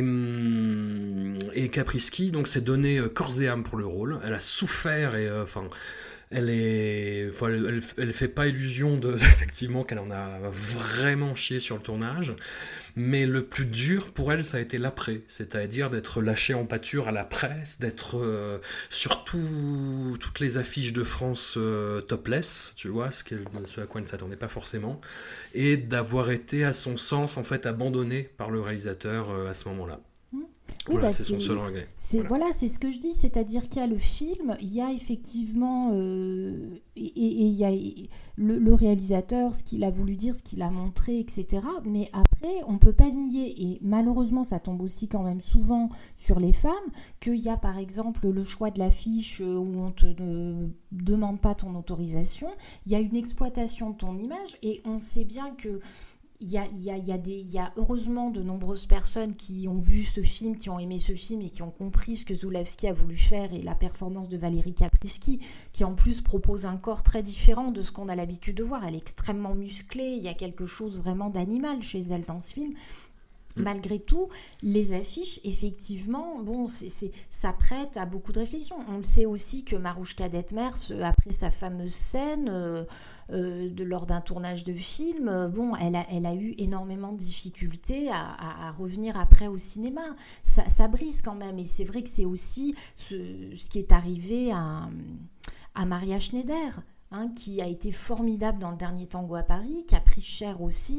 Speaker 6: et Caprisky donc s'est donné corps et âme pour le rôle. Elle a souffert et enfin euh, elle est, enfin, elle, elle, elle fait pas illusion de effectivement qu'elle en a vraiment chié sur le tournage. Mais le plus dur pour elle, ça a été l'après, c'est-à-dire d'être lâchée en pâture à la presse, d'être euh, sur tout, toutes les affiches de France euh, topless, tu vois, ce, ce à quoi elle ne s'attendait pas forcément, et d'avoir été à son sens en fait abandonnée par le réalisateur euh, à ce moment-là.
Speaker 7: Oui,
Speaker 6: voilà,
Speaker 7: bah
Speaker 6: c'est,
Speaker 7: c'est
Speaker 6: son seul regret.
Speaker 7: C'est, voilà. voilà, c'est ce que je dis, c'est-à-dire qu'il y a le film, il y a effectivement, euh, et, et il y a le, le réalisateur, ce qu'il a voulu dire, ce qu'il a montré, et cetera. Mais après, on ne peut pas nier, et malheureusement, ça tombe aussi quand même souvent sur les femmes, qu'il y a par exemple le choix de l'affiche où on ne te ne demande pas ton autorisation, il y a une exploitation de ton image, et on sait bien que Il y, a, il, y a, il, y a des, il y a heureusement de nombreuses personnes qui ont vu ce film, qui ont aimé ce film et qui ont compris ce que Zulawski a voulu faire et la performance de Valérie Caprisky, qui en plus propose un corps très différent de ce qu'on a l'habitude de voir. Elle est extrêmement musclée, il y a quelque chose vraiment d'animal chez elle dans ce film. Malgré tout, les affiches, effectivement, bon, c'est, c'est, ça prête à beaucoup de réflexions. On le sait aussi que Marouchka Detmers, après sa fameuse scène euh, euh, de, lors d'un tournage de film, euh, bon, elle a, elle a eu énormément de difficultés à, à, à revenir après au cinéma. Ça, ça brise quand même, et c'est vrai que c'est aussi ce, ce qui est arrivé à, à Maria Schneider. Hein, qui a été formidable dans Le Dernier Tango à Paris, qui a pris cher aussi,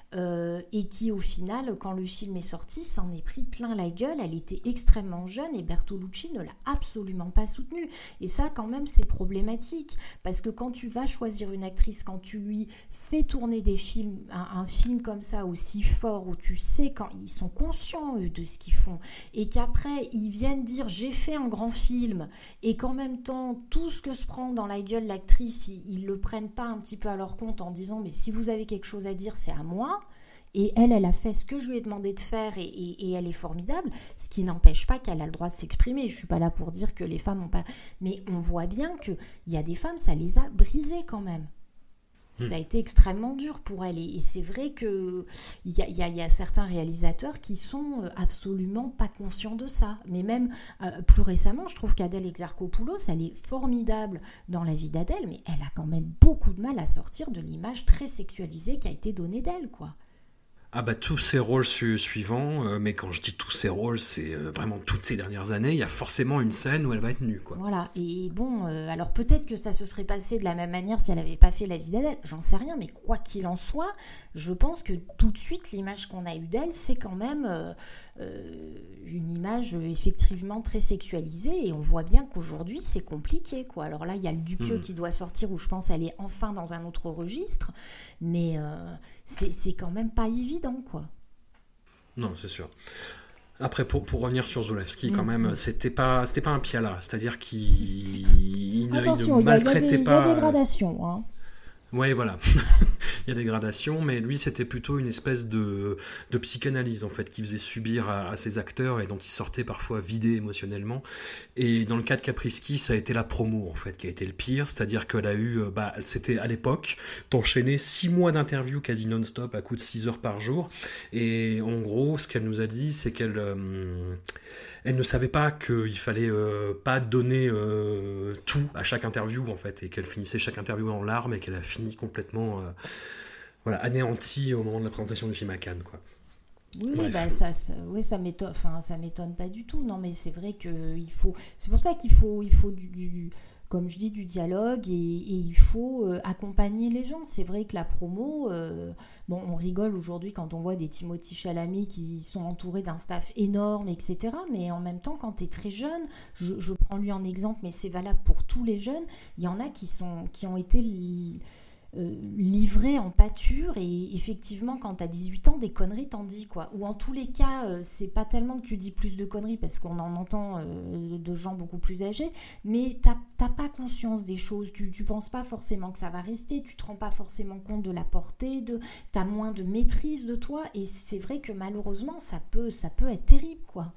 Speaker 7: euh, et qui au final, quand le film est sorti, s'en est pris plein la gueule. Elle était extrêmement jeune et Bertolucci ne l'a absolument pas soutenue. Et ça, quand même, c'est problématique, parce que quand tu vas choisir une actrice, quand tu lui fais tourner des films, un, un film comme ça aussi fort, où tu sais quand ils sont conscients eux, de ce qu'ils font, et qu'après ils viennent dire j'ai fait un grand film, et qu'en même temps tout ce que se prend dans la gueule l'actrice, ils, ils le prennent pas un petit peu à leur compte en disant mais si vous avez quelque chose à dire c'est à moi. Et elle, elle a fait ce que je lui ai demandé de faire et, et, et elle est formidable, ce qui n'empêche pas qu'elle a le droit de s'exprimer. Je ne suis pas là pour dire que les femmes n'ont pas... Mais on voit bien qu'il y a des femmes, ça les a brisées quand même. Ça a été extrêmement dur pour elle. Et, et c'est vrai qu'il y a, y, a, y a certains réalisateurs qui sont absolument pas conscients de ça. Mais même euh, plus récemment, je trouve qu'Adèle Exarchopoulos, elle est formidable dans la vie d'Adèle, mais elle a quand même beaucoup de mal à sortir de l'image très sexualisée qui a été donnée d'elle, quoi.
Speaker 6: Ah bah tous ces rôles su- suivants, euh, mais quand je dis tous ces rôles, c'est euh, vraiment toutes ces dernières années, il y a forcément une scène où elle va être nue, quoi.
Speaker 7: Voilà, et bon, euh, alors peut-être que ça se serait passé de la même manière si elle n'avait pas fait La vie d'Adèle, j'en sais rien, mais quoi qu'il en soit, je pense que tout de suite, l'image qu'on a eue d'elle, c'est quand même euh, euh, une image euh, effectivement très sexualisée, et on voit bien qu'aujourd'hui, c'est compliqué, quoi. Alors là, il y a le Dupieux mmh. qui doit sortir, où je pense qu'elle est enfin dans un autre registre, mais... Euh, C'est, c'est quand même pas évident, quoi.
Speaker 6: Non, c'est sûr. Après, pour, pour revenir sur Zulawski, quand
Speaker 7: mmh.
Speaker 6: même, c'était pas, c'était pas un piala. C'est-à-dire qu'il il ne,
Speaker 7: Attention,
Speaker 6: il ne maltraitait
Speaker 7: il y a,
Speaker 6: pas...
Speaker 7: Il y a des gradations, hein.
Speaker 6: Oui, voilà. Il y a des gradations, mais lui, c'était plutôt une espèce de, de psychanalyse, en fait, qu'il faisait subir à, à ses acteurs et dont il sortait parfois vidé émotionnellement. Et dans le cas de Caprisky, ça a été la promo, en fait, qui a été le pire. C'est-à-dire qu'elle a eu, bah, c'était à l'époque, d'enchaîner six mois d'interviews quasi non-stop à coup de six heures par jour. Et en gros, ce qu'elle nous a dit, c'est qu'elle... Euh, elle ne savait pas qu'il fallait euh, pas donner euh, tout à chaque interview, en fait, et qu'elle finissait chaque interview en larmes et qu'elle a fini complètement euh, voilà, anéantie au moment de la présentation du film à Cannes, quoi.
Speaker 7: Oui, bah, ça, ça, ouais, ça m'étonne, enfin, ça m'étonne pas du tout. Non, mais c'est vrai que il faut, c'est pour ça qu'il faut, il faut du, du comme je dis, du dialogue et, et il faut euh, accompagner les gens. C'est vrai que la promo, euh, bon, on rigole aujourd'hui quand on voit des Timothée Chalamet qui sont entourés d'un staff énorme, et cetera. Mais en même temps, quand tu es très jeune, je, je prends lui en exemple, mais c'est valable pour tous les jeunes, il y en a qui, sont, qui ont été... Li- Euh, livré en pâture, et effectivement quand t'as dix-huit ans, des conneries t'en dis, quoi. Ou en tous les cas, euh, c'est pas tellement que tu dis plus de conneries parce qu'on en entend euh, de gens beaucoup plus âgés, mais t'as, t'as pas conscience des choses, tu, tu penses pas forcément que ça va rester, tu te rends pas forcément compte de la portée, de, t'as moins de maîtrise de toi, et c'est vrai que malheureusement ça peut, ça peut être terrible, quoi.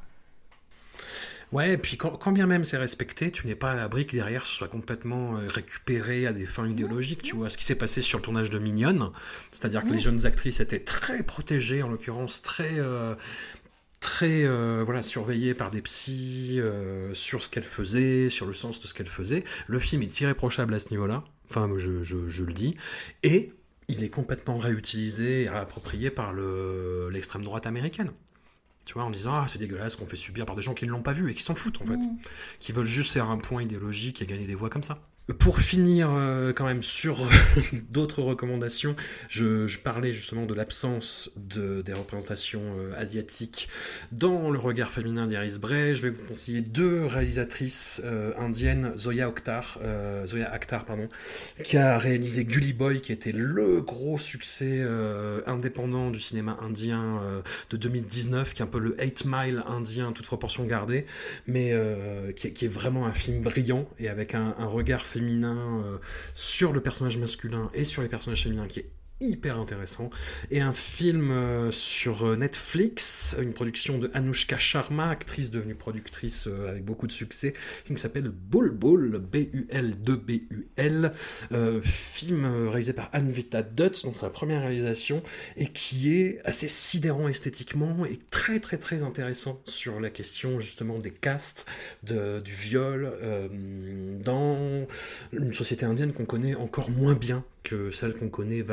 Speaker 6: Ouais, et puis quand, quand bien même c'est respecté, tu n'es pas à l'abri que derrière ce soit complètement euh, récupéré à des fins idéologiques. Tu vois ce qui s'est passé sur le tournage de Mignonne, c'est-à-dire que les jeunes actrices étaient très protégées, en l'occurrence très, euh, très euh, voilà, surveillées par des psys euh, sur ce qu'elles faisaient, sur le sens de ce qu'elles faisaient. Le film est irréprochable à ce niveau-là, enfin je, je, je le dis, et il est complètement réutilisé et réapproprié par le, l'extrême droite américaine. Tu vois, en disant « Ah, c'est dégueulasse qu'on fait subir par des gens qui ne l'ont pas vu et qui s'en foutent, en fait. Mmh. Qui veulent juste faire un point idéologique et gagner des voix comme ça. » Pour finir, euh, quand même, sur d'autres recommandations, je, je parlais justement de l'absence de, des représentations euh, asiatiques dans le regard féminin d'Iris Bray. Je vais vous conseiller deux réalisatrices euh, indiennes, Zoya Akhtar, euh, Zoya Akhtar, pardon, qui a réalisé Gully Boy, qui était le gros succès euh, indépendant du cinéma indien euh, de deux mille dix-neuf, qui est un peu le Eight Mile indien, toute proportion gardée, mais euh, qui, qui est vraiment un film brillant et avec un, un regard féminin féminin euh, sur le personnage masculin et sur les personnages féminins qui est hyper intéressant, et un film euh, sur Netflix, une production de Anushka Sharma, actrice devenue productrice euh, avec beaucoup de succès, film qui s'appelle Bulbul, B U L deux B U L, euh, film euh, réalisé par Anvita Dutt dans sa première réalisation, et qui est assez sidérant esthétiquement et très très très intéressant sur la question justement des castes, de, du viol euh, dans une société indienne qu'on connaît encore moins bien que celle qu'on connaît vaguement.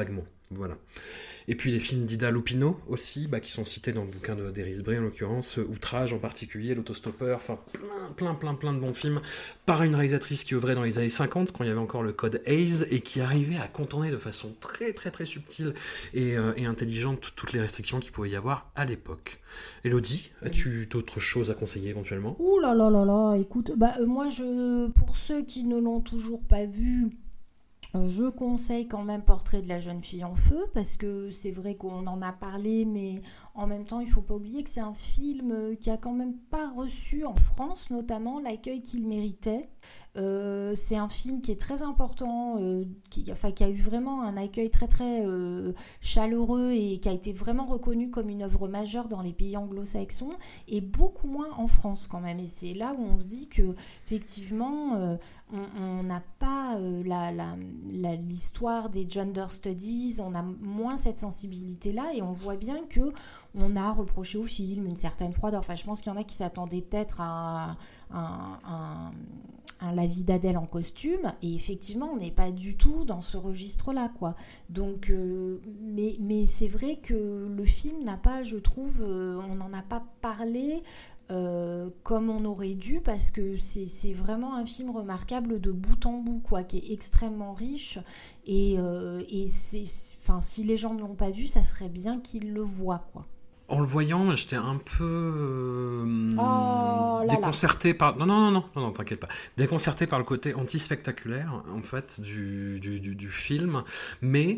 Speaker 6: Voilà. Et puis les films d'Ida Lupino aussi, bah, qui sont cités dans le bouquin de d'Iris Bray en l'occurrence, Outrage en particulier, L'Autostoppeur, enfin plein, plein, plein, plein de bons films, par une réalisatrice qui œuvrait dans les années cinquante, quand il y avait encore le code Hays, et qui arrivait à contourner de façon très, très, très subtile et, euh, et intelligente toutes les restrictions qu'il pouvait y avoir à l'époque. Élodie, as-tu d'autres choses à conseiller éventuellement ?
Speaker 7: Ouh là là là là, écoute, bah, euh, moi, je, pour ceux qui ne l'ont toujours pas vu, je conseille quand même Portrait de la jeune fille en feu, parce que c'est vrai qu'on en a parlé, mais en même temps, il ne faut pas oublier que c'est un film qui a quand même pas reçu, en France notamment, l'accueil qu'il méritait. Euh, c'est un film qui est très important, euh, qui, enfin, qui a eu vraiment un accueil très très euh, chaleureux et qui a été vraiment reconnu comme une œuvre majeure dans les pays anglo-saxons et beaucoup moins en France quand même. Et c'est là où on se dit que effectivement, euh, on n'a pas euh, la, la, la, l'histoire des gender studies, on a moins cette sensibilité-là et on voit bien que on a reproché au film une certaine froideur. Enfin, je pense qu'il y en a qui s'attendaient peut-être à un, un, un La vie d'Adèle en costume, et effectivement, on n'est pas du tout dans ce registre-là, quoi. Donc, euh, mais, mais c'est vrai que le film n'a pas, je trouve, euh, on n'en a pas parlé euh, comme on aurait dû, parce que c'est, c'est vraiment un film remarquable de bout en bout, quoi, qui est extrêmement riche. Et, euh, et c'est, enfin, si les gens ne l'ont pas vu, ça serait bien qu'ils le voient, quoi.
Speaker 6: En le voyant, j'étais un peu euh,
Speaker 7: oh, là
Speaker 6: déconcerté
Speaker 7: là.
Speaker 6: par... Non, non, non, non, non, non, t'inquiète pas. Déconcerté par le côté anti-spectaculaire, en fait, du, du, du, du film. Mais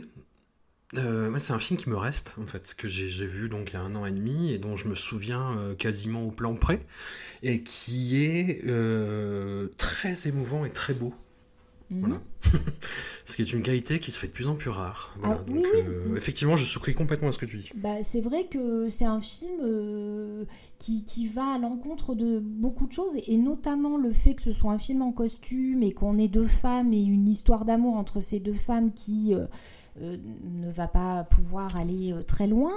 Speaker 6: euh, c'est un film qui me reste, en fait, que j'ai, j'ai vu donc il y a un an et demi, et dont je me souviens euh, quasiment au plan près, et qui est euh, très émouvant et très beau. Mmh. Voilà. Ce qui est une qualité qui se fait de plus en plus rare. Voilà.
Speaker 7: Ah,
Speaker 6: Donc,
Speaker 7: oui,
Speaker 6: euh,
Speaker 7: oui.
Speaker 6: Effectivement, je souscris complètement à ce que tu dis.
Speaker 7: Bah, c'est vrai que c'est un film euh, qui, qui va à l'encontre de beaucoup de choses, et, et notamment le fait que ce soit un film en costume et qu'on ait deux femmes et une histoire d'amour entre ces deux femmes qui euh, euh, ne va pas pouvoir aller euh, très loin.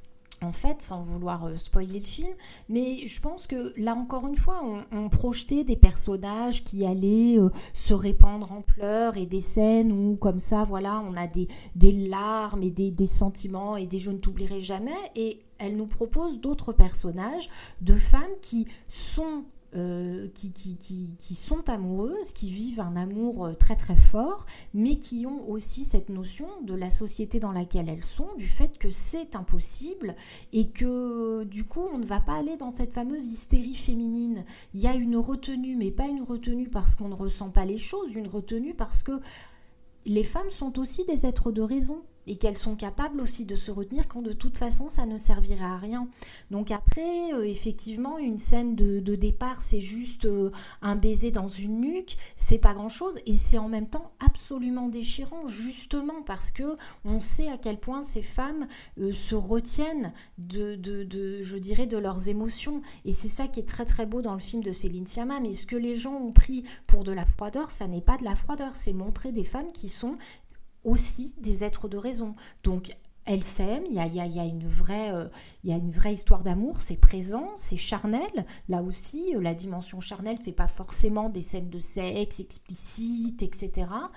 Speaker 7: En fait, sans vouloir euh, spoiler le film, mais je pense que là encore une fois, on, on projetait des personnages qui allaient euh, se répandre en pleurs et des scènes où, comme ça, voilà, on a des, des larmes et des, des sentiments et des je ne t'oublierai jamais. Et elle nous propose d'autres personnages, de femmes qui sont Euh, qui, qui, qui, qui sont amoureuses, qui vivent un amour très très fort, mais qui ont aussi cette notion de la société dans laquelle elles sont, du fait que c'est impossible et que du coup on ne va pas aller dans cette fameuse hystérie féminine. Il y a une retenue, mais pas une retenue parce qu'on ne ressent pas les choses, une retenue parce que les femmes sont aussi des êtres de raison et qu'elles sont capables aussi de se retenir quand de toute façon ça ne servirait à rien. Donc après, euh, effectivement, une scène de, de départ, c'est juste euh, un baiser dans une nuque, c'est pas grand-chose, et c'est en même temps absolument déchirant, justement parce que on sait à quel point ces femmes euh, se retiennent de, de, de, je dirais, de leurs émotions, et c'est ça qui est très très beau dans le film de Céline Sciamma. Mais ce que les gens ont pris pour de la froideur, ça n'est pas de la froideur, c'est montrer des femmes qui sont aussi des êtres de raison. Donc elles s'aiment, il y a, il y a, il y a une vraie, euh, il y a une vraie histoire d'amour, c'est présent, c'est charnel. Là aussi, euh, la dimension charnelle, c'est pas forcément des scènes de sexe explicites, et cetera.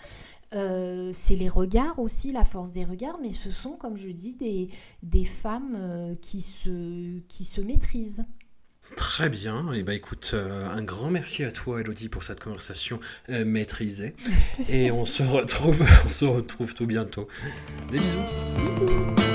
Speaker 7: Euh, c'est les regards aussi, la force des regards, mais ce sont, comme je dis, des, des femmes euh, qui, se, qui se maîtrisent.
Speaker 6: Très bien, et bah écoute, euh, un grand merci à toi Élodie pour cette conversation euh, maîtrisée, et on se retrouve, on se retrouve tout bientôt. Des bisous.
Speaker 7: Bisous.